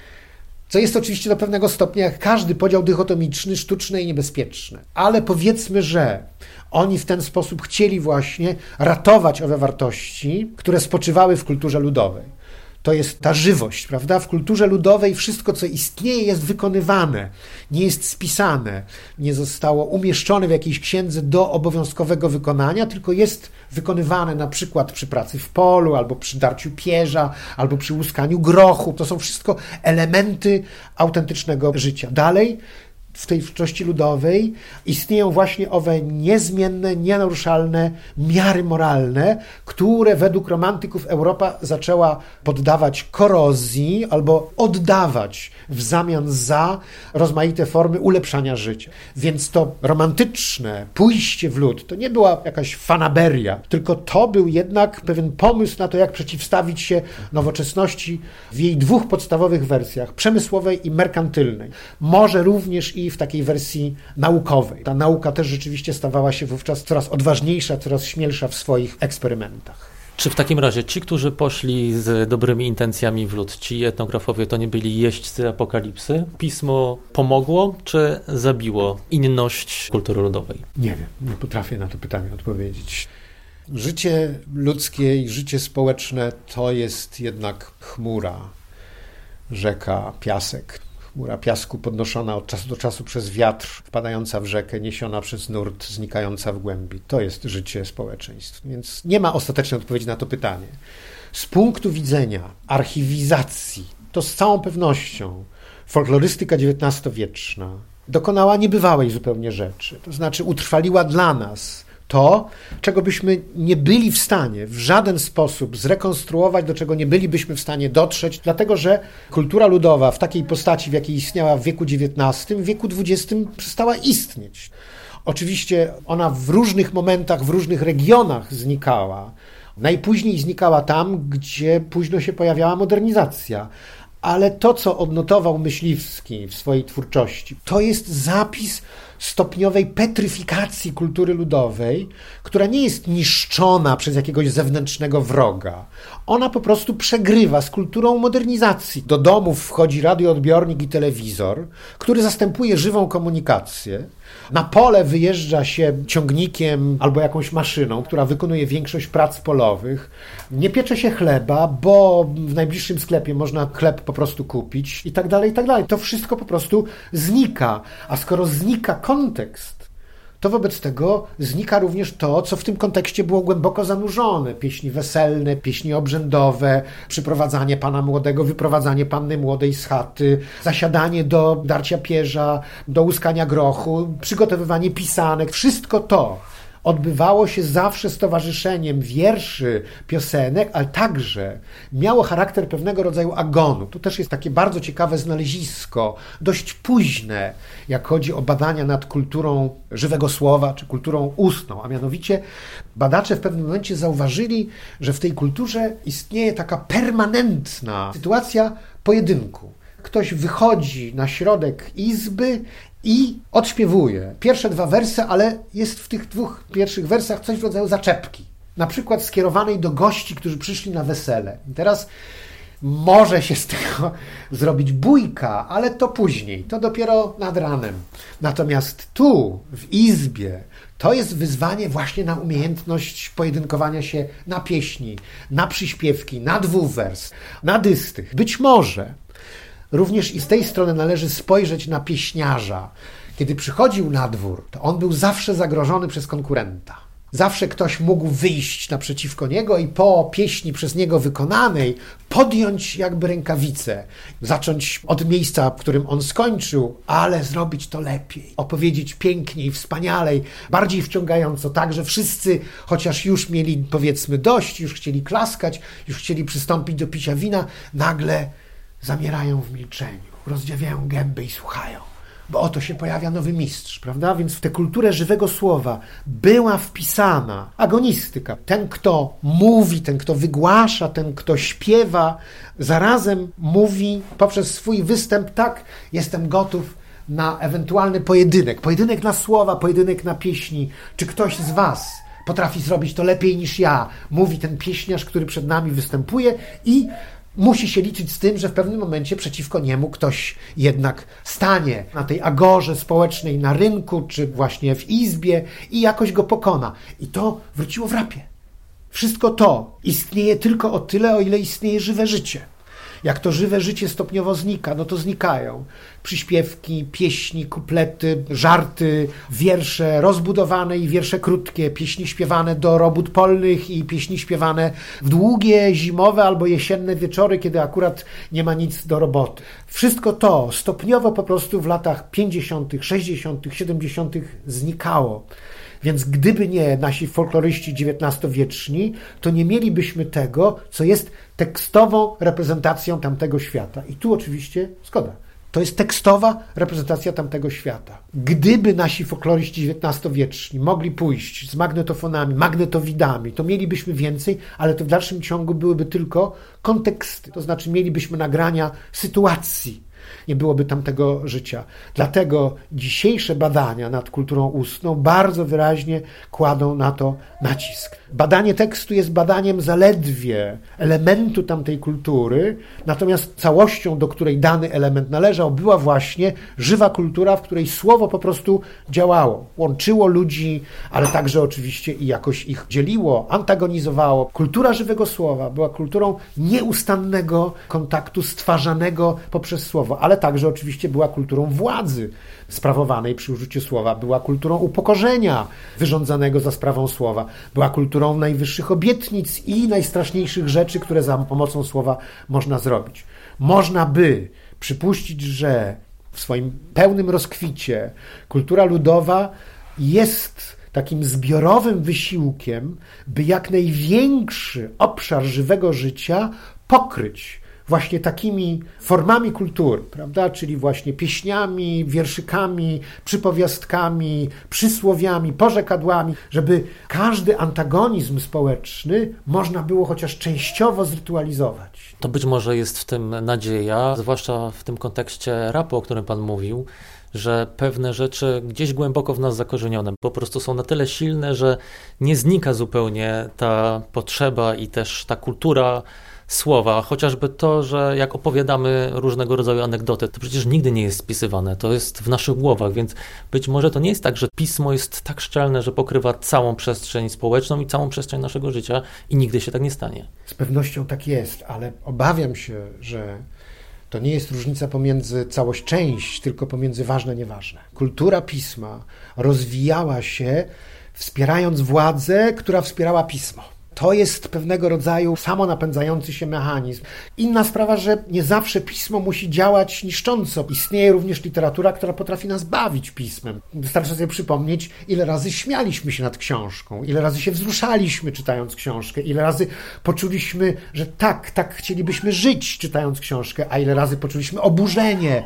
Co jest oczywiście do pewnego stopnia jak każdy podział dychotomiczny, sztuczny i niebezpieczny. Ale powiedzmy, że oni w ten sposób chcieli właśnie ratować owe wartości, które spoczywały w kulturze ludowej. To jest ta żywość, prawda? W kulturze ludowej wszystko, co istnieje, jest wykonywane, nie jest spisane, nie zostało umieszczone w jakiejś księdze do obowiązkowego wykonania, tylko jest wykonywane na przykład przy pracy w polu, albo przy darciu pierza, albo przy łuskaniu grochu. To są wszystko elementy autentycznego życia. Dalej, w tej twórczości ludowej istnieją właśnie owe niezmienne, nienaruszalne miary moralne, które według romantyków Europa zaczęła poddawać korozji albo oddawać w zamian za rozmaite formy ulepszania życia. Więc to romantyczne pójście w lud to nie była jakaś fanaberia, tylko to był jednak pewien pomysł na to, jak przeciwstawić się nowoczesności w jej dwóch podstawowych wersjach, przemysłowej i merkantylnej. Może również i w takiej wersji naukowej. Ta nauka też rzeczywiście stawała się wówczas coraz odważniejsza, coraz śmielsza w swoich eksperymentach. Czy w takim razie ci, którzy poszli z dobrymi intencjami w lód, ci etnografowie, to nie byli jeźdźcy apokalipsy? Pismo pomogło, czy zabiło inność kultury ludowej? Nie wiem, nie potrafię na to pytanie odpowiedzieć. Życie ludzkie i życie społeczne to jest jednak chmura, rzeka, piasek. Chmura piasku podnoszona od czasu do czasu przez wiatr, wpadająca w rzekę, niesiona przez nurt, znikająca w głębi. To jest życie społeczeństw. Więc nie ma ostatecznej odpowiedzi na to pytanie. Z punktu widzenia archiwizacji, to z całą pewnością folklorystyka dziewiętnastowieczna dokonała niebywałej zupełnie rzeczy. To znaczy utrwaliła dla nas to, czego byśmy nie byli w stanie w żaden sposób zrekonstruować, do czego nie bylibyśmy w stanie dotrzeć, dlatego że kultura ludowa w takiej postaci, w jakiej istniała w wieku dziewiętnastym, w wieku dwudziestym przestała istnieć. Oczywiście ona w różnych momentach, w różnych regionach znikała. Najpóźniej znikała tam, gdzie późno się pojawiała modernizacja. Ale to, co odnotował Myśliwski w swojej twórczości, to jest zapis stopniowej petryfikacji kultury ludowej, która nie jest niszczona przez jakiegoś zewnętrznego wroga. Ona po prostu przegrywa z kulturą modernizacji. Do domów wchodzi radioodbiornik i telewizor, który zastępuje żywą komunikację. Na pole wyjeżdża się ciągnikiem albo jakąś maszyną, która wykonuje większość prac polowych. Nie piecze się chleba, bo w najbliższym sklepie można chleb po prostu kupić i tak dalej, i tak dalej. To wszystko po prostu znika. A skoro znika kontekst, to wobec tego znika również to, co w tym kontekście było głęboko zanurzone. Pieśni weselne, pieśni obrzędowe, przyprowadzanie pana młodego, wyprowadzanie panny młodej z chaty, zasiadanie do darcia pierza, do łuskania grochu, przygotowywanie pisanek. Wszystko to odbywało się zawsze z towarzyszeniem wierszy, piosenek, ale także miało charakter pewnego rodzaju agonu. To też jest takie bardzo ciekawe znalezisko, dość późne, jak chodzi o badania nad kulturą żywego słowa, czy kulturą ustną, a mianowicie badacze w pewnym momencie zauważyli, że w tej kulturze istnieje taka permanentna sytuacja pojedynku. Ktoś wychodzi na środek izby i odśpiewuje pierwsze dwa wersy, ale jest w tych dwóch pierwszych wersach coś w rodzaju zaczepki. Na przykład skierowanej do gości, którzy przyszli na wesele. I teraz może się z tego zrobić bójka, ale to później, to dopiero nad ranem. Natomiast tu, w izbie, to jest wyzwanie właśnie na umiejętność pojedynkowania się na pieśni, na przyśpiewki, na dwuwers, na dystych. Być może również i z tej strony należy spojrzeć na pieśniarza. Kiedy przychodził na dwór, to on był zawsze zagrożony przez konkurenta. Zawsze ktoś mógł wyjść naprzeciwko niego i po pieśni przez niego wykonanej podjąć jakby rękawicę, zacząć od miejsca, w którym on skończył, ale zrobić to lepiej, opowiedzieć piękniej, wspanialej, bardziej wciągająco, tak, że wszyscy, chociaż już mieli powiedzmy dość, już chcieli klaskać, już chcieli przystąpić do picia wina, nagle zamierają w milczeniu, rozdziawiają gęby i słuchają. Bo oto się pojawia nowy mistrz, prawda? Więc w tę kulturę żywego słowa była wpisana agonistyka. Ten, kto mówi, ten, kto wygłasza, ten, kto śpiewa, zarazem mówi poprzez swój występ: tak, jestem gotów na ewentualny pojedynek. Pojedynek na słowa, pojedynek na pieśni. Czy ktoś z was potrafi zrobić to lepiej niż ja? Mówi ten pieśniarz, który przed nami występuje i musi się liczyć z tym, że w pewnym momencie przeciwko niemu ktoś jednak stanie na tej agorze społecznej, na rynku, czy właśnie w izbie i jakoś go pokona. I to wróciło w rapie. Wszystko to istnieje tylko o tyle, o ile istnieje żywe życie. Jak to żywe życie stopniowo znika, no to znikają przyśpiewki, pieśni, kuplety, żarty, wiersze rozbudowane i wiersze krótkie, pieśni śpiewane do robót polnych i pieśni śpiewane w długie, zimowe albo jesienne wieczory, kiedy akurat nie ma nic do roboty. Wszystko to stopniowo po prostu w latach pięćdziesiątych, sześćdziesiątych, siedemdziesiątych znikało. Więc gdyby nie nasi folkloryści dziewiętnastowieczni, to nie mielibyśmy tego, co jest tekstową reprezentacją tamtego świata. I tu oczywiście zgoda. To jest tekstowa reprezentacja tamtego świata. Gdyby nasi folkloryści dziewiętnastowieczni mogli pójść z magnetofonami, magnetowidami, to mielibyśmy więcej, ale to w dalszym ciągu byłyby tylko konteksty. To znaczy mielibyśmy nagrania sytuacji, nie byłoby tamtego życia. Dlatego dzisiejsze badania nad kulturą ustną bardzo wyraźnie kładą na to nacisk. Badanie tekstu jest badaniem zaledwie elementu tamtej kultury, natomiast całością, do której dany element należał, była właśnie żywa kultura, w której słowo po prostu działało. Łączyło ludzi, ale także oczywiście i jakoś ich dzieliło, antagonizowało. Kultura żywego słowa była kulturą nieustannego kontaktu stwarzanego poprzez słowo, ale także oczywiście była kulturą władzy sprawowanej przy użyciu słowa, była kulturą upokorzenia wyrządzanego za sprawą słowa, była kulturą najwyższych obietnic i najstraszniejszych rzeczy, które za pomocą słowa można zrobić. Można by przypuścić, że w swoim pełnym rozkwicie kultura ludowa jest takim zbiorowym wysiłkiem, by jak największy obszar żywego życia pokryć właśnie takimi formami kultury, prawda? Czyli właśnie pieśniami, wierszykami, przypowiastkami, przysłowiami, porzekadłami, żeby każdy antagonizm społeczny można było chociaż częściowo zrytualizować. To być może jest w tym nadzieja, zwłaszcza w tym kontekście rapu, o którym Pan mówił, że pewne rzeczy gdzieś głęboko w nas zakorzenione po prostu są na tyle silne, że nie znika zupełnie ta potrzeba i też ta kultura słowa, chociażby to, że jak opowiadamy różnego rodzaju anegdoty, to przecież nigdy nie jest spisywane, to jest w naszych głowach, więc być może to nie jest tak, że pismo jest tak szczelne, że pokrywa całą przestrzeń społeczną i całą przestrzeń naszego życia i nigdy się tak nie stanie. Z pewnością tak jest, ale obawiam się, że to nie jest różnica pomiędzy całość, część, tylko pomiędzy ważne, nieważne. Kultura pisma rozwijała się wspierając władzę, która wspierała pismo. To jest pewnego rodzaju samonapędzający się mechanizm. Inna sprawa, że nie zawsze pismo musi działać niszcząco. Istnieje również literatura, która potrafi nas bawić pismem. Wystarczy sobie przypomnieć, ile razy śmialiśmy się nad książką, ile razy się wzruszaliśmy czytając książkę, ile razy poczuliśmy, że tak, tak chcielibyśmy żyć czytając książkę, a ile razy poczuliśmy oburzenie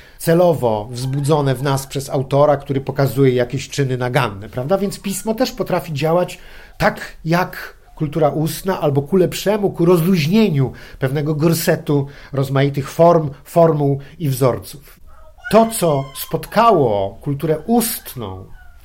celowo wzbudzone w nas przez autora, który pokazuje jakieś czyny naganne, prawda? Więc pismo też potrafi działać tak jak kultura ustna, albo ku lepszemu, ku rozluźnieniu pewnego gorsetu rozmaitych form, formuł i wzorców. To, co spotkało kulturę ustną,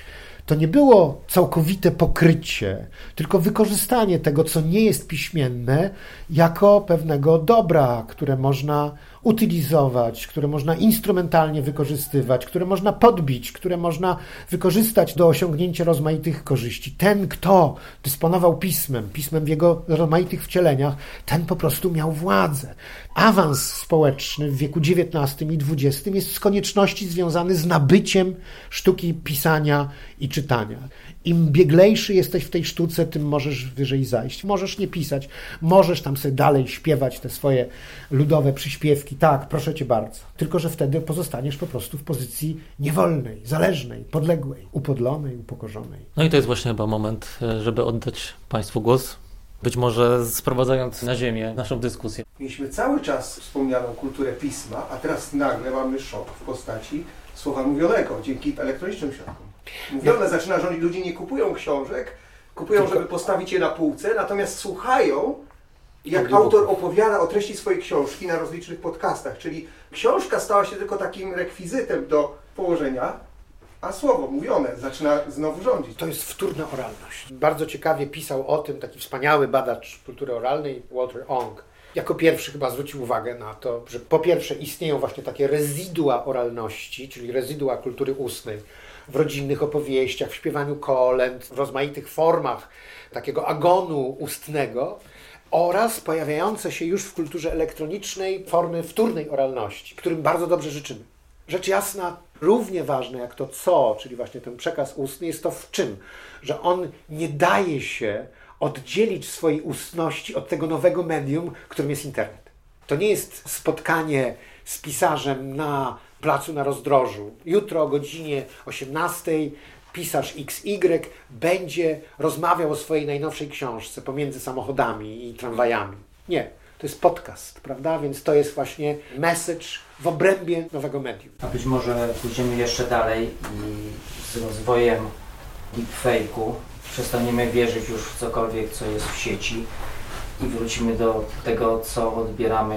to nie było całkowite pokrycie, tylko wykorzystanie tego, co nie jest piśmienne, jako pewnego dobra, które można utylizować, które można instrumentalnie wykorzystywać, które można podbić, które można wykorzystać do osiągnięcia rozmaitych korzyści. Ten, kto dysponował pismem, pismem w jego rozmaitych wcieleniach, ten po prostu miał władzę. Awans społeczny w wieku dziewiętnastym i dwudziestym jest z konieczności związany z nabyciem sztuki pisania i czytania. Im bieglejszy jesteś w tej sztuce, tym możesz wyżej zajść. Możesz nie pisać, możesz tam sobie dalej śpiewać te swoje ludowe przyśpiewki. Tak, proszę cię bardzo. Tylko że wtedy pozostaniesz po prostu w pozycji niewolnej, zależnej, podległej, upodlonej, upokorzonej. No i to jest właśnie chyba moment, żeby oddać Państwu głos. Być może sprowadzając na ziemię naszą dyskusję. Mieliśmy cały czas wspomnianą kulturę pisma, a teraz nagle mamy szok w postaci słowa mówionego dzięki elektronicznym środkom. Mówione zaczyna rządzić, ludzie nie kupują książek, kupują, Tylko... żeby postawić je na półce, natomiast słuchają, jak autor opowiada o treści swojej książki na rozlicznych podcastach, czyli książka stała się tylko takim rekwizytem do położenia, a słowo mówione zaczyna znowu rządzić. To jest wtórna oralność. Bardzo ciekawie pisał o tym taki wspaniały badacz kultury oralnej Walter Ong. Jako pierwszy chyba zwrócił uwagę na to, że po pierwsze istnieją właśnie takie rezydua oralności, czyli rezydua kultury ustnej w rodzinnych opowieściach, w śpiewaniu kolęd, w rozmaitych formach takiego agonu ustnego oraz pojawiające się już w kulturze elektronicznej formy wtórnej oralności, którym bardzo dobrze życzymy. Rzecz jasna, równie ważne jak to co, czyli właśnie ten przekaz ustny, jest to w czym, że on nie daje się oddzielić swojej ustności od tego nowego medium, którym jest internet. To nie jest spotkanie z pisarzem na placu na Rozdrożu. Jutro o godzinie osiemnastej pisarz X Y będzie rozmawiał o swojej najnowszej książce pomiędzy samochodami i tramwajami. Nie. To jest podcast, prawda? Więc to jest właśnie message w obrębie nowego medium. A być może pójdziemy jeszcze dalej i z rozwojem deepfake'u przestaniemy wierzyć już w cokolwiek, co jest w sieci i wrócimy do tego, co odbieramy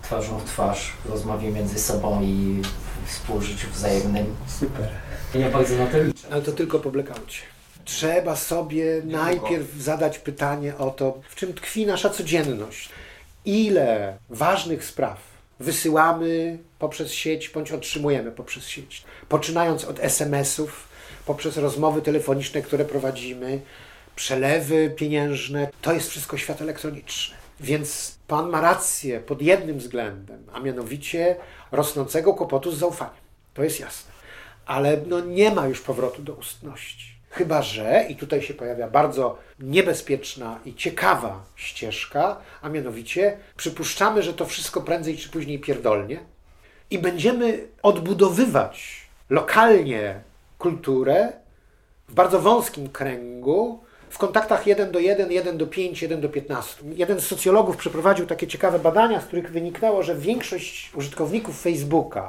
twarzą w twarz w rozmowie między sobą i w współżyciu wzajemnym. Super. Ja bardzo na to liczę. Ale to tylko po blackoutie. Trzeba sobie najpierw zadać pytanie o to, w czym tkwi nasza codzienność. Ile ważnych spraw wysyłamy poprzez sieć, bądź otrzymujemy poprzez sieć. Poczynając od es em esów, poprzez rozmowy telefoniczne, które prowadzimy, przelewy pieniężne, to jest wszystko świat elektroniczny. Więc pan ma rację pod jednym względem, a mianowicie rosnącego kłopotu z zaufaniem. To jest jasne. Ale no nie ma już powrotu do ustności. Chyba że, i tutaj się pojawia bardzo niebezpieczna i ciekawa ścieżka, a mianowicie przypuszczamy, że to wszystko prędzej czy później pierdolnie i będziemy odbudowywać lokalnie kulturę w bardzo wąskim kręgu, w kontaktach jeden do jeden, jeden do pięciu, jeden do piętnastu. Jeden z socjologów przeprowadził takie ciekawe badania, z których wynikało, że większość użytkowników Facebooka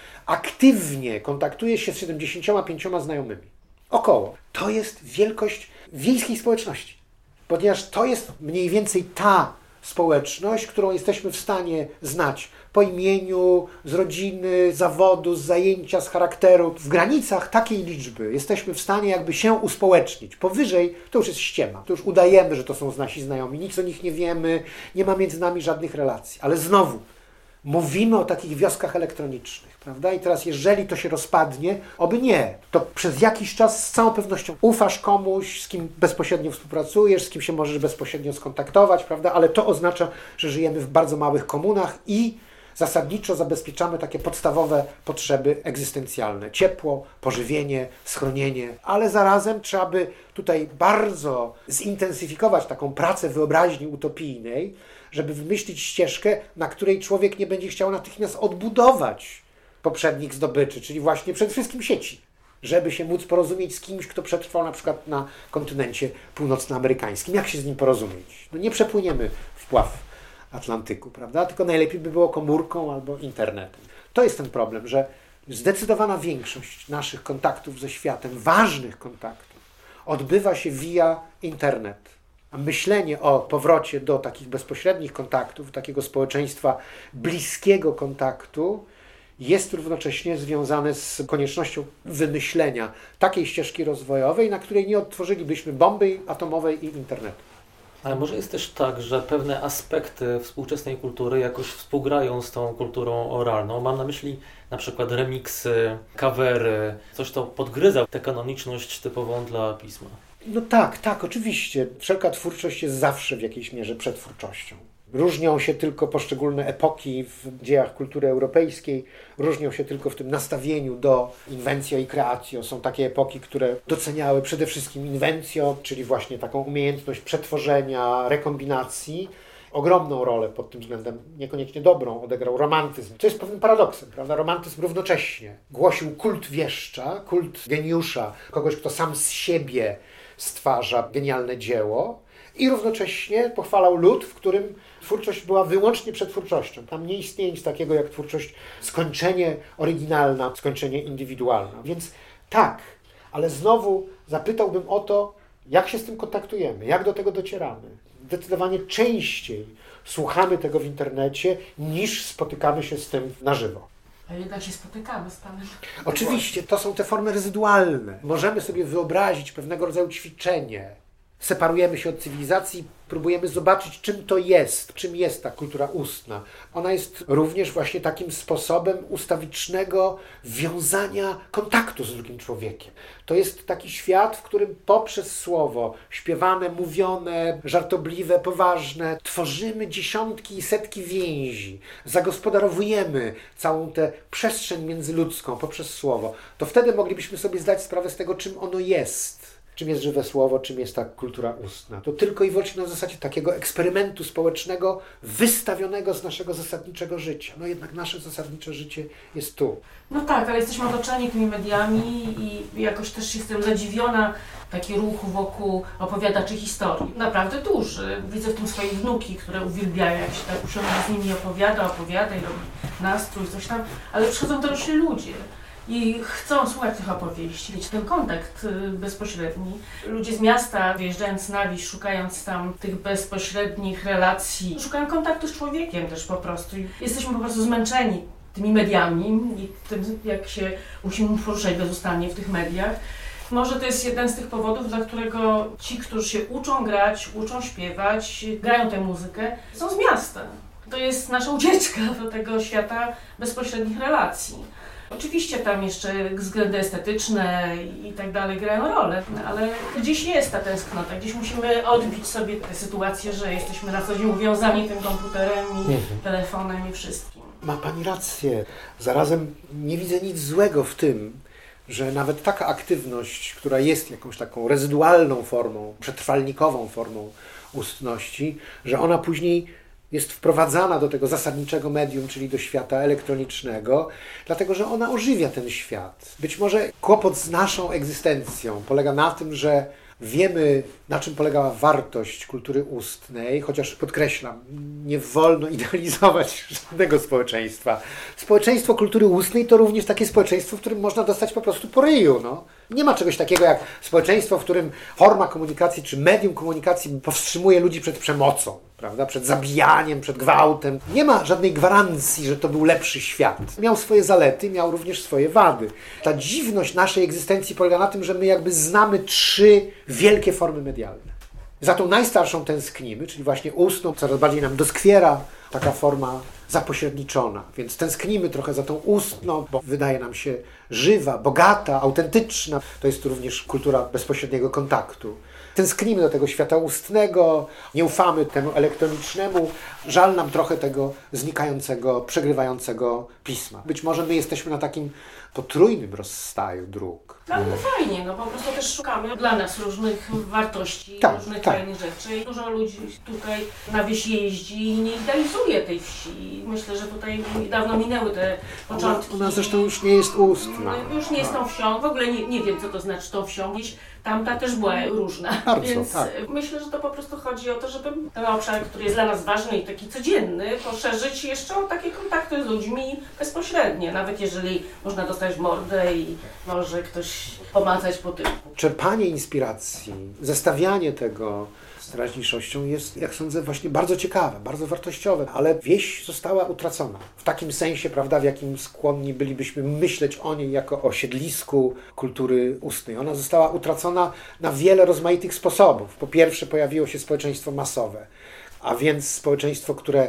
aktywnie kontaktuje się z siedemdziesięcioma pięcioma znajomymi. Około. To jest wielkość wiejskiej społeczności. Ponieważ to jest mniej więcej ta społeczność, którą jesteśmy w stanie znać po imieniu, z rodziny, z zawodu, z zajęcia, z charakteru. W granicach takiej liczby jesteśmy w stanie jakby się uspołecznić. Powyżej to już jest ściema. To już udajemy, że to są nasi znajomi. Nic o nich nie wiemy, nie ma między nami żadnych relacji. Ale znowu, mówimy o takich wioskach elektronicznych, prawda? I teraz jeżeli to się rozpadnie, oby nie, to przez jakiś czas z całą pewnością ufasz komuś, z kim bezpośrednio współpracujesz, z kim się możesz bezpośrednio skontaktować, prawda? Ale to oznacza, że żyjemy w bardzo małych komunach i zasadniczo zabezpieczamy takie podstawowe potrzeby egzystencjalne. Ciepło, pożywienie, schronienie, ale zarazem trzeba by tutaj bardzo zintensyfikować taką pracę wyobraźni utopijnej, żeby wymyślić ścieżkę, na której człowiek nie będzie chciał natychmiast odbudować poprzednich zdobyczy, czyli właśnie przede wszystkim sieci, żeby się móc porozumieć z kimś, kto przetrwał na przykład na kontynencie północnoamerykańskim. Jak się z nim porozumieć? No nie przepłyniemy wpław Atlantyku, prawda? Tylko najlepiej by było komórką albo internetem. To jest ten problem, że zdecydowana większość naszych kontaktów ze światem, ważnych kontaktów, odbywa się via internet. A myślenie o powrocie do takich bezpośrednich kontaktów, takiego społeczeństwa bliskiego kontaktu jest równocześnie związane z koniecznością wymyślenia takiej ścieżki rozwojowej, na której nie odtworzylibyśmy bomby atomowej i internetu. Ale może jest też tak, że pewne aspekty współczesnej kultury jakoś współgrają z tą kulturą oralną. Mam na myśli na przykład remiksy, covery, coś to podgryza tę kanoniczność typową dla pisma. No tak, tak, oczywiście. Wszelka twórczość jest zawsze w jakiejś mierze przetwórczością. Różnią się tylko poszczególne epoki w dziejach kultury europejskiej, różnią się tylko w tym nastawieniu do invencio i creatio. Są takie epoki, które doceniały przede wszystkim invencio, czyli właśnie taką umiejętność przetworzenia, rekombinacji. Ogromną rolę pod tym względem, niekoniecznie dobrą, odegrał romantyzm. Co jest pewnym paradoksem, prawda? Romantyzm równocześnie głosił kult wieszcza, kult geniusza, kogoś, kto sam z siebie stwarza genialne dzieło i równocześnie pochwalał lud, w którym twórczość była wyłącznie przetwórczością. Tam nie istnieje nic takiego jak twórczość, skończenie oryginalna, skończenie indywidualna. Więc tak, ale znowu zapytałbym o to, jak się z tym kontaktujemy, jak do tego docieramy. Zdecydowanie częściej słuchamy tego w internecie, niż spotykamy się z tym na żywo. A jednak się spotykamy z Panem. Oczywiście, to są te formy rezydualne. Możemy sobie wyobrazić pewnego rodzaju ćwiczenie. Separujemy się od cywilizacji, próbujemy zobaczyć, czym to jest, czym jest ta kultura ustna. Ona jest również właśnie takim sposobem ustawicznego wiązania kontaktu z drugim człowiekiem. To jest taki świat, w którym poprzez słowo, śpiewane, mówione, żartobliwe, poważne, tworzymy dziesiątki i setki więzi, zagospodarowujemy całą tę przestrzeń międzyludzką poprzez słowo. To wtedy moglibyśmy sobie zdać sprawę z tego, czym ono jest. Czym jest żywe słowo, czym jest ta kultura ustna. To tylko i wyłącznie na zasadzie takiego eksperymentu społecznego wystawionego z naszego zasadniczego życia. No jednak nasze zasadnicze życie jest tu. No tak, ale jesteśmy otoczeni tymi mediami i jakoś też jestem zadziwiona taki ruch wokół opowiadaczy historii. Naprawdę duży. Widzę w tym swoje wnuki, które uwielbiają, jak się tak usiądzie z nimi opowiada, opowiada i robi nastrój, coś tam, ale przychodzą dorośli ludzie. i chcą słuchać tych opowieści, mieć ten kontakt bezpośredni. Ludzie z miasta, wyjeżdżając na wieś, szukając tam tych bezpośrednich relacji, szukają kontaktu z człowiekiem też po prostu. Jesteśmy po prostu zmęczeni tymi mediami i tym, jak się musimy poruszać bezustannie w tych mediach. Może to jest jeden z tych powodów, dla którego ci, którzy się uczą grać, uczą śpiewać, grają tę muzykę, są z miasta. To jest nasza ucieczka do tego świata bezpośrednich relacji. Oczywiście tam jeszcze względy estetyczne i tak dalej grają rolę, ale gdzieś jest ta tęsknota, gdzieś musimy odbić sobie tę sytuację, że jesteśmy na co dzień uwiązani tym komputerem i telefonem i wszystkim. Ma pani rację. Zarazem nie widzę nic złego w tym, że nawet taka aktywność, która jest jakąś taką rezydualną formą, przetrwalnikową formą ustności, że ona później jest wprowadzana do tego zasadniczego medium, czyli do świata elektronicznego, dlatego że ona ożywia ten świat. Być może kłopot z naszą egzystencją polega na tym, że wiemy, na czym polegała wartość kultury ustnej, chociaż podkreślam, nie wolno idealizować żadnego społeczeństwa. Społeczeństwo kultury ustnej to również takie społeczeństwo, w którym można dostać po prostu po ryju. No. Nie ma czegoś takiego jak społeczeństwo, w którym forma komunikacji czy medium komunikacji powstrzymuje ludzi przed przemocą, prawda? Przed zabijaniem, przed gwałtem. Nie ma żadnej gwarancji, że to był lepszy świat. Miał swoje zalety, miał również swoje wady. Ta dziwność naszej egzystencji polega na tym, że my jakby znamy trzy wielkie formy medialne. Za tą najstarszą tęsknimy, czyli właśnie ustną, coraz bardziej nam doskwiera taka forma zapośredniczona. Więc tęsknimy trochę za tą ustną, bo wydaje nam się żywa, bogata, autentyczna. To jest również kultura bezpośredniego kontaktu. Tęsknimy do tego świata ustnego, nie ufamy temu elektronicznemu. Żal nam trochę tego znikającego, przegrywającego pisma. Być może my jesteśmy na takim potrójnym rozstaju dróg. No ale to fajnie, no po prostu też szukamy dla nas różnych wartości, tak, różnych tak. fajnych rzeczy. Dużo ludzi tutaj na wieś jeździ i nie idealizuje tej wsi. Myślę, że tutaj dawno minęły te początki. Ona, ona zresztą już nie jest ustna. No, już nie jest tą wsią, w ogóle nie, nie wiem, co to znaczy tą wsią. Wieś tamta też była różna, Bardzo, więc tak. myślę, że to po prostu chodzi o to, żeby ten obszar, który jest dla nas ważny i taki codzienny, poszerzyć jeszcze o takie kontakty z ludźmi bezpośrednie, nawet jeżeli można dostać w mordę i może ktoś pomacać po tyłku. Czerpanie inspiracji, zestawianie tego z teraźniejszością jest, jak sądzę, właśnie bardzo ciekawe, bardzo wartościowe, ale wieś została utracona. W takim sensie, prawda, w jakim skłonni bylibyśmy myśleć o niej jako o siedlisku kultury ustnej. Ona została utracona na wiele rozmaitych sposobów. Po pierwsze, pojawiło się społeczeństwo masowe, a więc społeczeństwo, które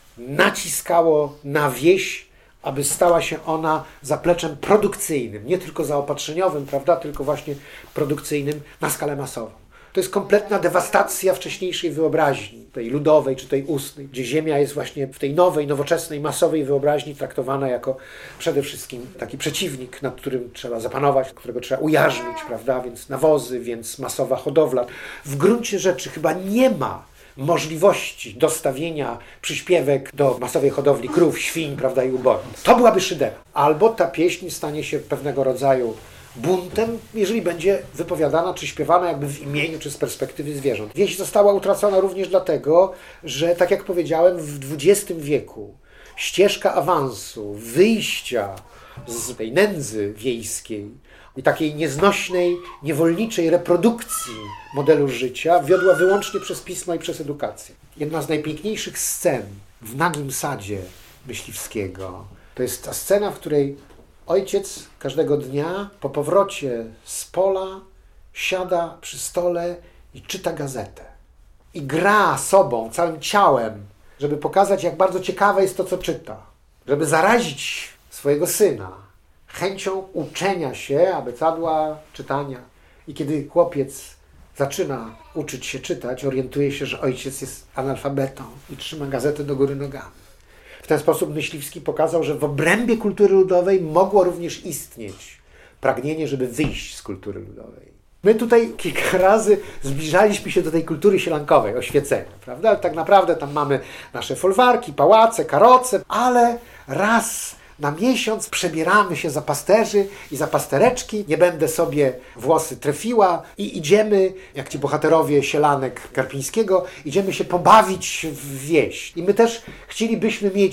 naciskało na wieś, aby stała się ona zapleczem produkcyjnym, nie tylko zaopatrzeniowym, prawda, tylko właśnie produkcyjnym na skalę masową. To jest kompletna dewastacja wcześniejszej wyobraźni, tej ludowej czy tej ustnej, gdzie ziemia jest właśnie w tej nowej, nowoczesnej, masowej wyobraźni traktowana jako przede wszystkim taki przeciwnik, nad którym trzeba zapanować, którego trzeba ujarzmić, prawda, więc nawozy, więc masowa hodowla. W gruncie rzeczy chyba nie ma możliwości dostawienia przyśpiewek do masowej hodowli krów, świń, prawda, i ubojnic. To byłaby szydera. Albo ta pieśń stanie się pewnego rodzaju buntem, jeżeli będzie wypowiadana czy śpiewana jakby w imieniu czy z perspektywy zwierząt. Wieś została utracona również dlatego, że tak jak powiedziałem, w dwudziestym wieku ścieżka awansu, wyjścia z tej nędzy wiejskiej i takiej nieznośnej, niewolniczej reprodukcji modelu życia wiodła wyłącznie przez pismo i przez edukację. Jedna z najpiękniejszych scen w Nagim Sadzie Myśliwskiego to jest ta scena, w której ojciec każdego dnia po powrocie z pola siada przy stole i czyta gazetę. I gra sobą, całym ciałem, żeby pokazać, jak bardzo ciekawe jest to, co czyta. Żeby zarazić swojego syna chęcią uczenia się abecadła czytania. I kiedy chłopiec zaczyna uczyć się czytać, orientuje się, że ojciec jest analfabetą i trzyma gazetę do góry nogami. W ten sposób Myśliwski pokazał, że w obrębie kultury ludowej mogło również istnieć pragnienie, żeby wyjść z kultury ludowej. My tutaj kilka razy zbliżaliśmy się do tej kultury sielankowej, oświecenia, prawda? Ale tak naprawdę tam mamy nasze folwarki, pałace, karoce, ale raz na miesiąc przebieramy się za pasterzy i za pastereczki. Nie będę sobie włosy trefiła i idziemy, jak ci bohaterowie sielanek Karpińskiego, idziemy się pobawić w wieś. I my też chcielibyśmy mieć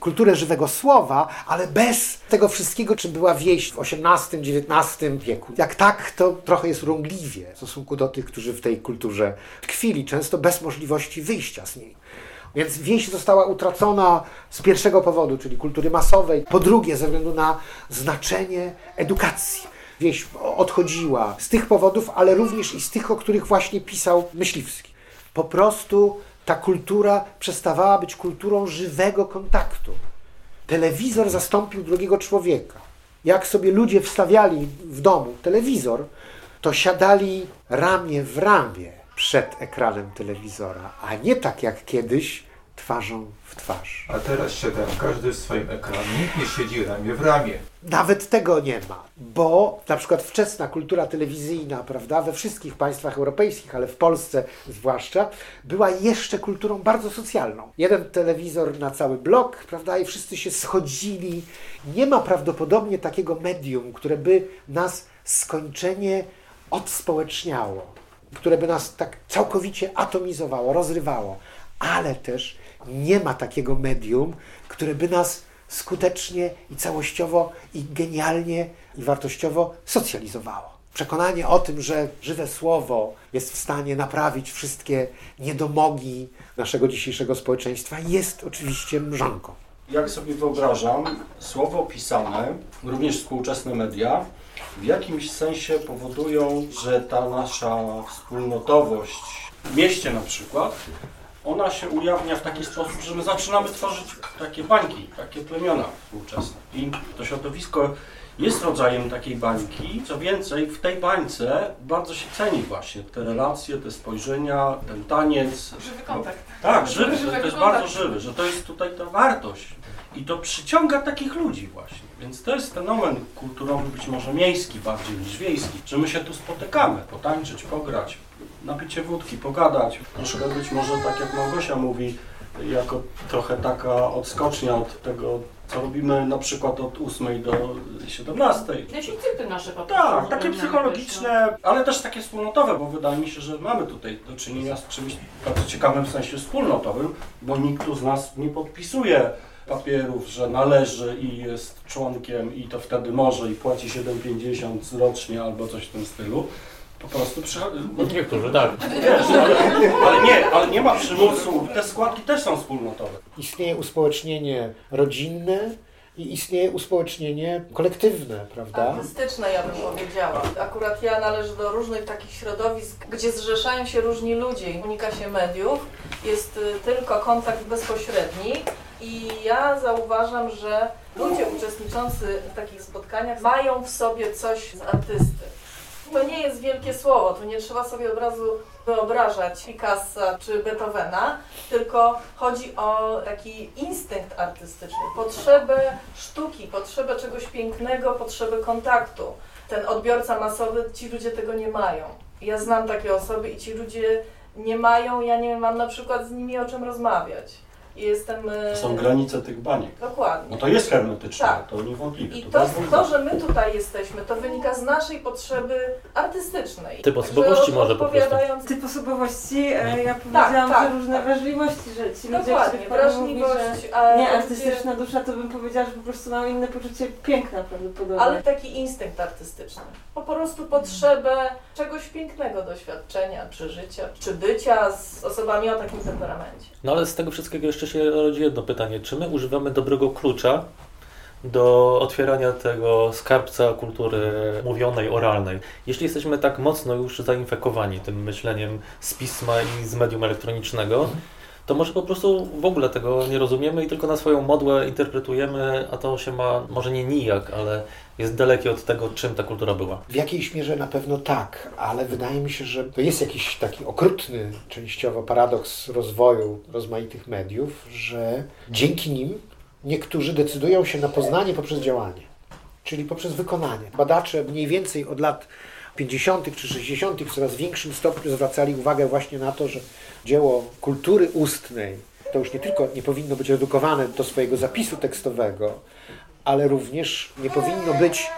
kulturę żywego słowa, ale bez tego wszystkiego, czym była wieś w osiemnastym, dziewiętnastym wieku. Jak tak, to trochę jest urągliwie w stosunku do tych, którzy w tej kulturze tkwili, często bez możliwości wyjścia z niej. Więc wieś została utracona z pierwszego powodu, czyli kultury masowej. Po drugie, ze względu na znaczenie edukacji. Wieś odchodziła z tych powodów, ale również i z tych, o których właśnie pisał Myśliwski. Po prostu ta kultura przestawała być kulturą żywego kontaktu. Telewizor zastąpił drugiego człowieka. Jak sobie ludzie wstawiali w domu telewizor, to siadali ramię w ramię przed ekranem telewizora, a nie tak jak kiedyś twarzą w twarz. A teraz siadają każdy w swoim ekranie i siedzi ramię w ramię. Nawet tego nie ma, bo na przykład wczesna kultura telewizyjna, prawda, we wszystkich państwach europejskich, ale w Polsce zwłaszcza, była jeszcze kulturą bardzo socjalną. Jeden telewizor na cały blok, prawda, i wszyscy się schodzili. Nie ma prawdopodobnie takiego medium, które by nas skończenie odspołeczniało, które by nas tak całkowicie atomizowało, rozrywało, ale też nie ma takiego medium, które by nas skutecznie i całościowo i genialnie i wartościowo socjalizowało. Przekonanie o tym, że żywe słowo jest w stanie naprawić wszystkie niedomogi naszego dzisiejszego społeczeństwa, jest oczywiście mrzonką. Jak sobie wyobrażam, słowo pisane, również współczesne media, w jakimś sensie powodują, że ta nasza wspólnotowość w mieście na przykład, ona się ujawnia w taki sposób, że my zaczynamy tworzyć takie bańki, takie plemiona współczesne. I to środowisko jest rodzajem takiej bańki. Co więcej, w tej bańce bardzo się ceni właśnie te relacje, te spojrzenia, ten taniec. Żywy kontakt. No, tak, żywy, że to jest bardzo żywy, że to jest tutaj ta wartość. I to przyciąga takich ludzi właśnie. Więc to jest fenomen kulturowy, być może miejski bardziej niż wiejski, że my się tu spotykamy, potańczyć, pograć, napić się wódki, pogadać. Troszkę być może tak jak Małgosia mówi, jako trochę taka odskocznia od tego, co robimy na przykład od ósmej do siedemnastej. Deficyty nasze po prostu. Tak, takie psychologiczne, ale też takie wspólnotowe, bo wydaje mi się, że mamy tutaj do czynienia z czymś bardzo ciekawym w sensie wspólnotowym, bo nikt tu z nas nie podpisuje papierów, że należy i jest członkiem i to wtedy może i płaci siedem pięćdziesiąt rocznie albo coś w tym stylu. Po prostu przychodzi. Niektórzy tak. Wiesz, ale, ale nie, ale nie ma przymusu. Te składki też są wspólnotowe. Istnieje uspołecznienie rodzinne i istnieje uspołecznienie kolektywne, prawda? Artystyczne, ja bym powiedziała. Akurat ja należę do różnych takich środowisk, gdzie zrzeszają się różni ludzie i unika się mediów. Jest tylko kontakt bezpośredni i ja zauważam, że ludzie uczestniczący w takich spotkaniach mają w sobie coś z artysty. To nie jest wielkie słowo, tu nie trzeba sobie od razu wyobrażać Picassa czy Beethovena, tylko chodzi o taki instynkt artystyczny, potrzebę sztuki, potrzebę czegoś pięknego, potrzebę kontaktu. Ten odbiorca masowy, ci ludzie tego nie mają. Ja znam takie osoby i ci ludzie nie mają, ja nie mam na przykład z nimi o czym rozmawiać. Jestem... To są granice tych baniek. Dokładnie. No to jest hermetyczne, tak. To niewątpliwie. I to, to, że my tutaj jesteśmy, to wynika z naszej potrzeby artystycznej. Typ osobowości może po prostu. Typ osobowości, ja powiedziałam, tak, tak, że różne tak. wrażliwości, że ci ludzie, dokładnie, których wrażliwość, mówi, że ale nie artystyczna dusza, to bym powiedziała, że po prostu mają inne poczucie piękna prawdopodobnie. Ale taki instynkt artystyczny. Po prostu potrzebę czegoś pięknego, doświadczenia, przeżycia, czy bycia z osobami o takim temperamencie. No ale z tego wszystkiego jeszcze się rodzi jedno pytanie. Czy my używamy dobrego klucza do otwierania tego skarbca kultury mówionej, oralnej? Jeśli jesteśmy tak mocno już zainfekowani tym myśleniem z pisma i z medium elektronicznego, to może po prostu w ogóle tego nie rozumiemy i tylko na swoją modłę interpretujemy, a to się ma może nie nijak, ale jest dalekie od tego, czym ta kultura była. W jakiejś mierze na pewno tak, ale wydaje mi się, że to jest jakiś taki okrutny częściowo paradoks rozwoju rozmaitych mediów, że dzięki nim niektórzy decydują się na poznanie poprzez działanie, czyli poprzez wykonanie. Badacze mniej więcej od lat pięćdziesiątych czy sześćdziesiątych w coraz większym stopniu zwracali uwagę właśnie na to, że dzieło kultury ustnej to już nie tylko nie powinno być redukowane do swojego zapisu tekstowego, ale również nie powinno być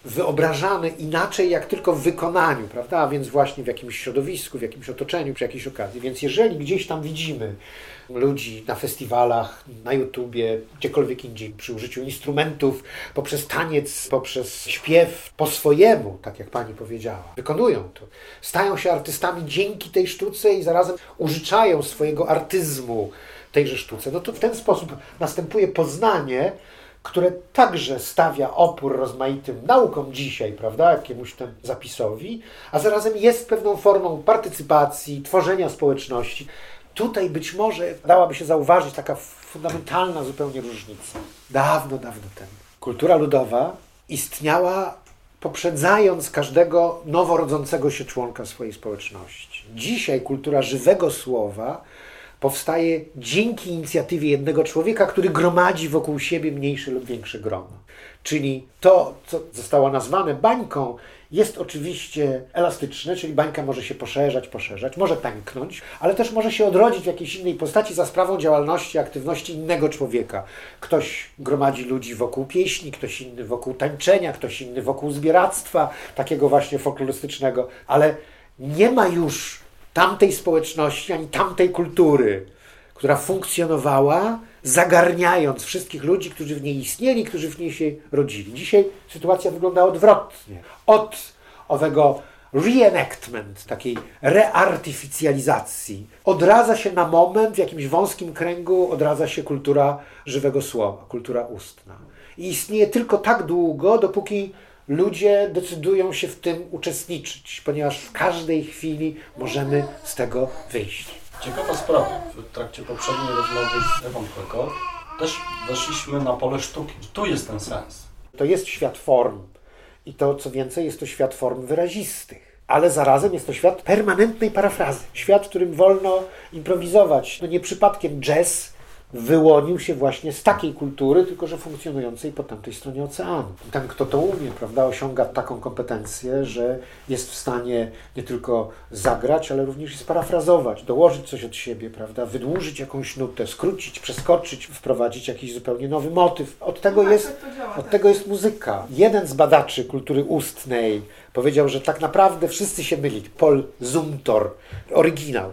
wyobrażane inaczej jak tylko w wykonaniu, prawda? A więc właśnie w jakimś środowisku, w jakimś otoczeniu, przy jakiejś okazji. Więc jeżeli gdzieś tam widzimy ludzi na festiwalach, na YouTubie, gdziekolwiek indziej, przy użyciu instrumentów, poprzez taniec, poprzez śpiew, po swojemu, tak jak pani powiedziała, wykonują to. Stają się artystami dzięki tej sztuce i zarazem użyczają swojego artyzmu tejże sztuce. No to w ten sposób następuje poznanie, które także stawia opór rozmaitym naukom dzisiaj, prawda, jakiemuś tam zapisowi, a zarazem jest pewną formą partycypacji, tworzenia społeczności. Tutaj być może dałaby się zauważyć taka fundamentalna zupełnie różnica. Dawno, dawno temu kultura ludowa istniała poprzedzając każdego noworodzącego się członka swojej społeczności. Dzisiaj kultura żywego słowa powstaje dzięki inicjatywie jednego człowieka, który gromadzi wokół siebie mniejsze lub większe grono. Czyli to, co zostało nazwane bańką, jest oczywiście elastyczne, czyli bańka może się poszerzać, poszerzać, może pęknąć, ale też może się odrodzić w jakiejś innej postaci za sprawą działalności, aktywności innego człowieka. Ktoś gromadzi ludzi wokół pieśni, ktoś inny wokół tańczenia, ktoś inny wokół zbieractwa, takiego właśnie folklorystycznego, ale nie ma już tamtej społeczności, ani tamtej kultury, która funkcjonowała, zagarniając wszystkich ludzi, którzy w niej istnieli, którzy w niej się rodzili. Dzisiaj sytuacja wygląda odwrotnie. Od owego reenactment, takiej reartyficjalizacji, odradza się na moment, w jakimś wąskim kręgu odradza się kultura żywego słowa, kultura ustna. I istnieje tylko tak długo, dopóki ludzie decydują się w tym uczestniczyć, ponieważ w każdej chwili możemy z tego wyjść. Ciekawa sprawa. W trakcie poprzedniej rozmowy z Ewą Kłeko też weszliśmy na pole sztuki. Tu jest ten sens. To jest świat form i to, co więcej, jest to świat form wyrazistych. Ale zarazem jest to świat permanentnej parafrazy. Świat, w którym wolno improwizować. No nie przypadkiem jazz wyłonił się właśnie z takiej kultury, tylko że funkcjonującej po tamtej stronie oceanu. Ten, kto to umie, prawda, osiąga taką kompetencję, że jest w stanie nie tylko zagrać, ale również i sparafrazować, dołożyć coś od siebie, prawda, wydłużyć jakąś nutę, skrócić, przeskoczyć, wprowadzić jakiś zupełnie nowy motyw. Od tego jest, od tego jest muzyka. Jeden z badaczy kultury ustnej powiedział, że tak naprawdę wszyscy się myli. Paul Zumthor, oryginał.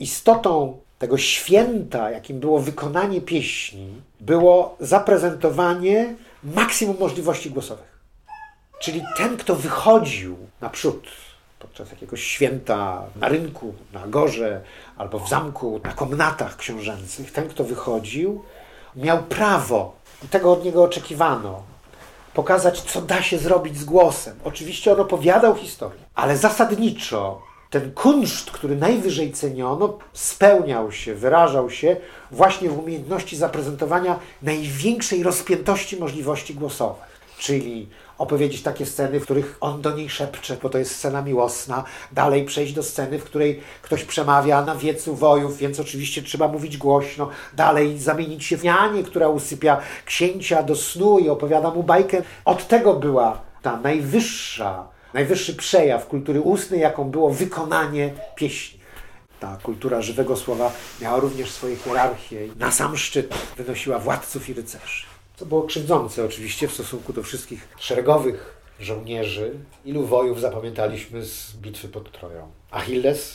Istotą tego święta, jakim było wykonanie pieśni, było zaprezentowanie maksimum możliwości głosowych. Czyli ten, kto wychodził naprzód podczas jakiegoś święta na rynku, na agorze, albo w zamku, na komnatach książęcych, ten, kto wychodził, miał prawo, i tego od niego oczekiwano, pokazać, co da się zrobić z głosem. Oczywiście on opowiadał historię, ale zasadniczo ten kunszt, który najwyżej ceniono, spełniał się, wyrażał się właśnie w umiejętności zaprezentowania największej rozpiętości możliwości głosowych. Czyli opowiedzieć takie sceny, w których on do niej szepcze, bo to jest scena miłosna, dalej przejść do sceny, w której ktoś przemawia na wiecu wojów, więc oczywiście trzeba mówić głośno, dalej zamienić się w nianię, która usypia księcia do snu i opowiada mu bajkę. Od tego była ta najwyższa Najwyższy przejaw kultury ustnej, jaką było wykonanie pieśni. Ta kultura żywego słowa miała również swoje hierarchie. Na sam szczyt wynosiła władców i rycerzy. Co było krzywdzące oczywiście w stosunku do wszystkich szeregowych żołnierzy. Ilu wojów zapamiętaliśmy z bitwy pod Troją? Achilles,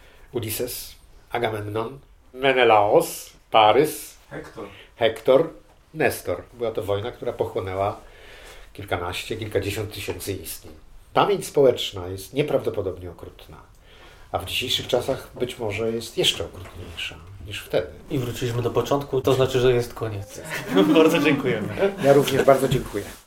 Ulises, Agamemnon, Menelaos, Parys, Hektor. Hektor, Nestor. Była to wojna, która pochłonęła kilkanaście, kilkadziesiąt tysięcy istnień. Pamięć społeczna jest nieprawdopodobnie okrutna, a w dzisiejszych czasach być może jest jeszcze okrutniejsza niż wtedy. I wróciliśmy do początku, to znaczy, że jest koniec. Bardzo dziękujemy. Ja również bardzo dziękuję.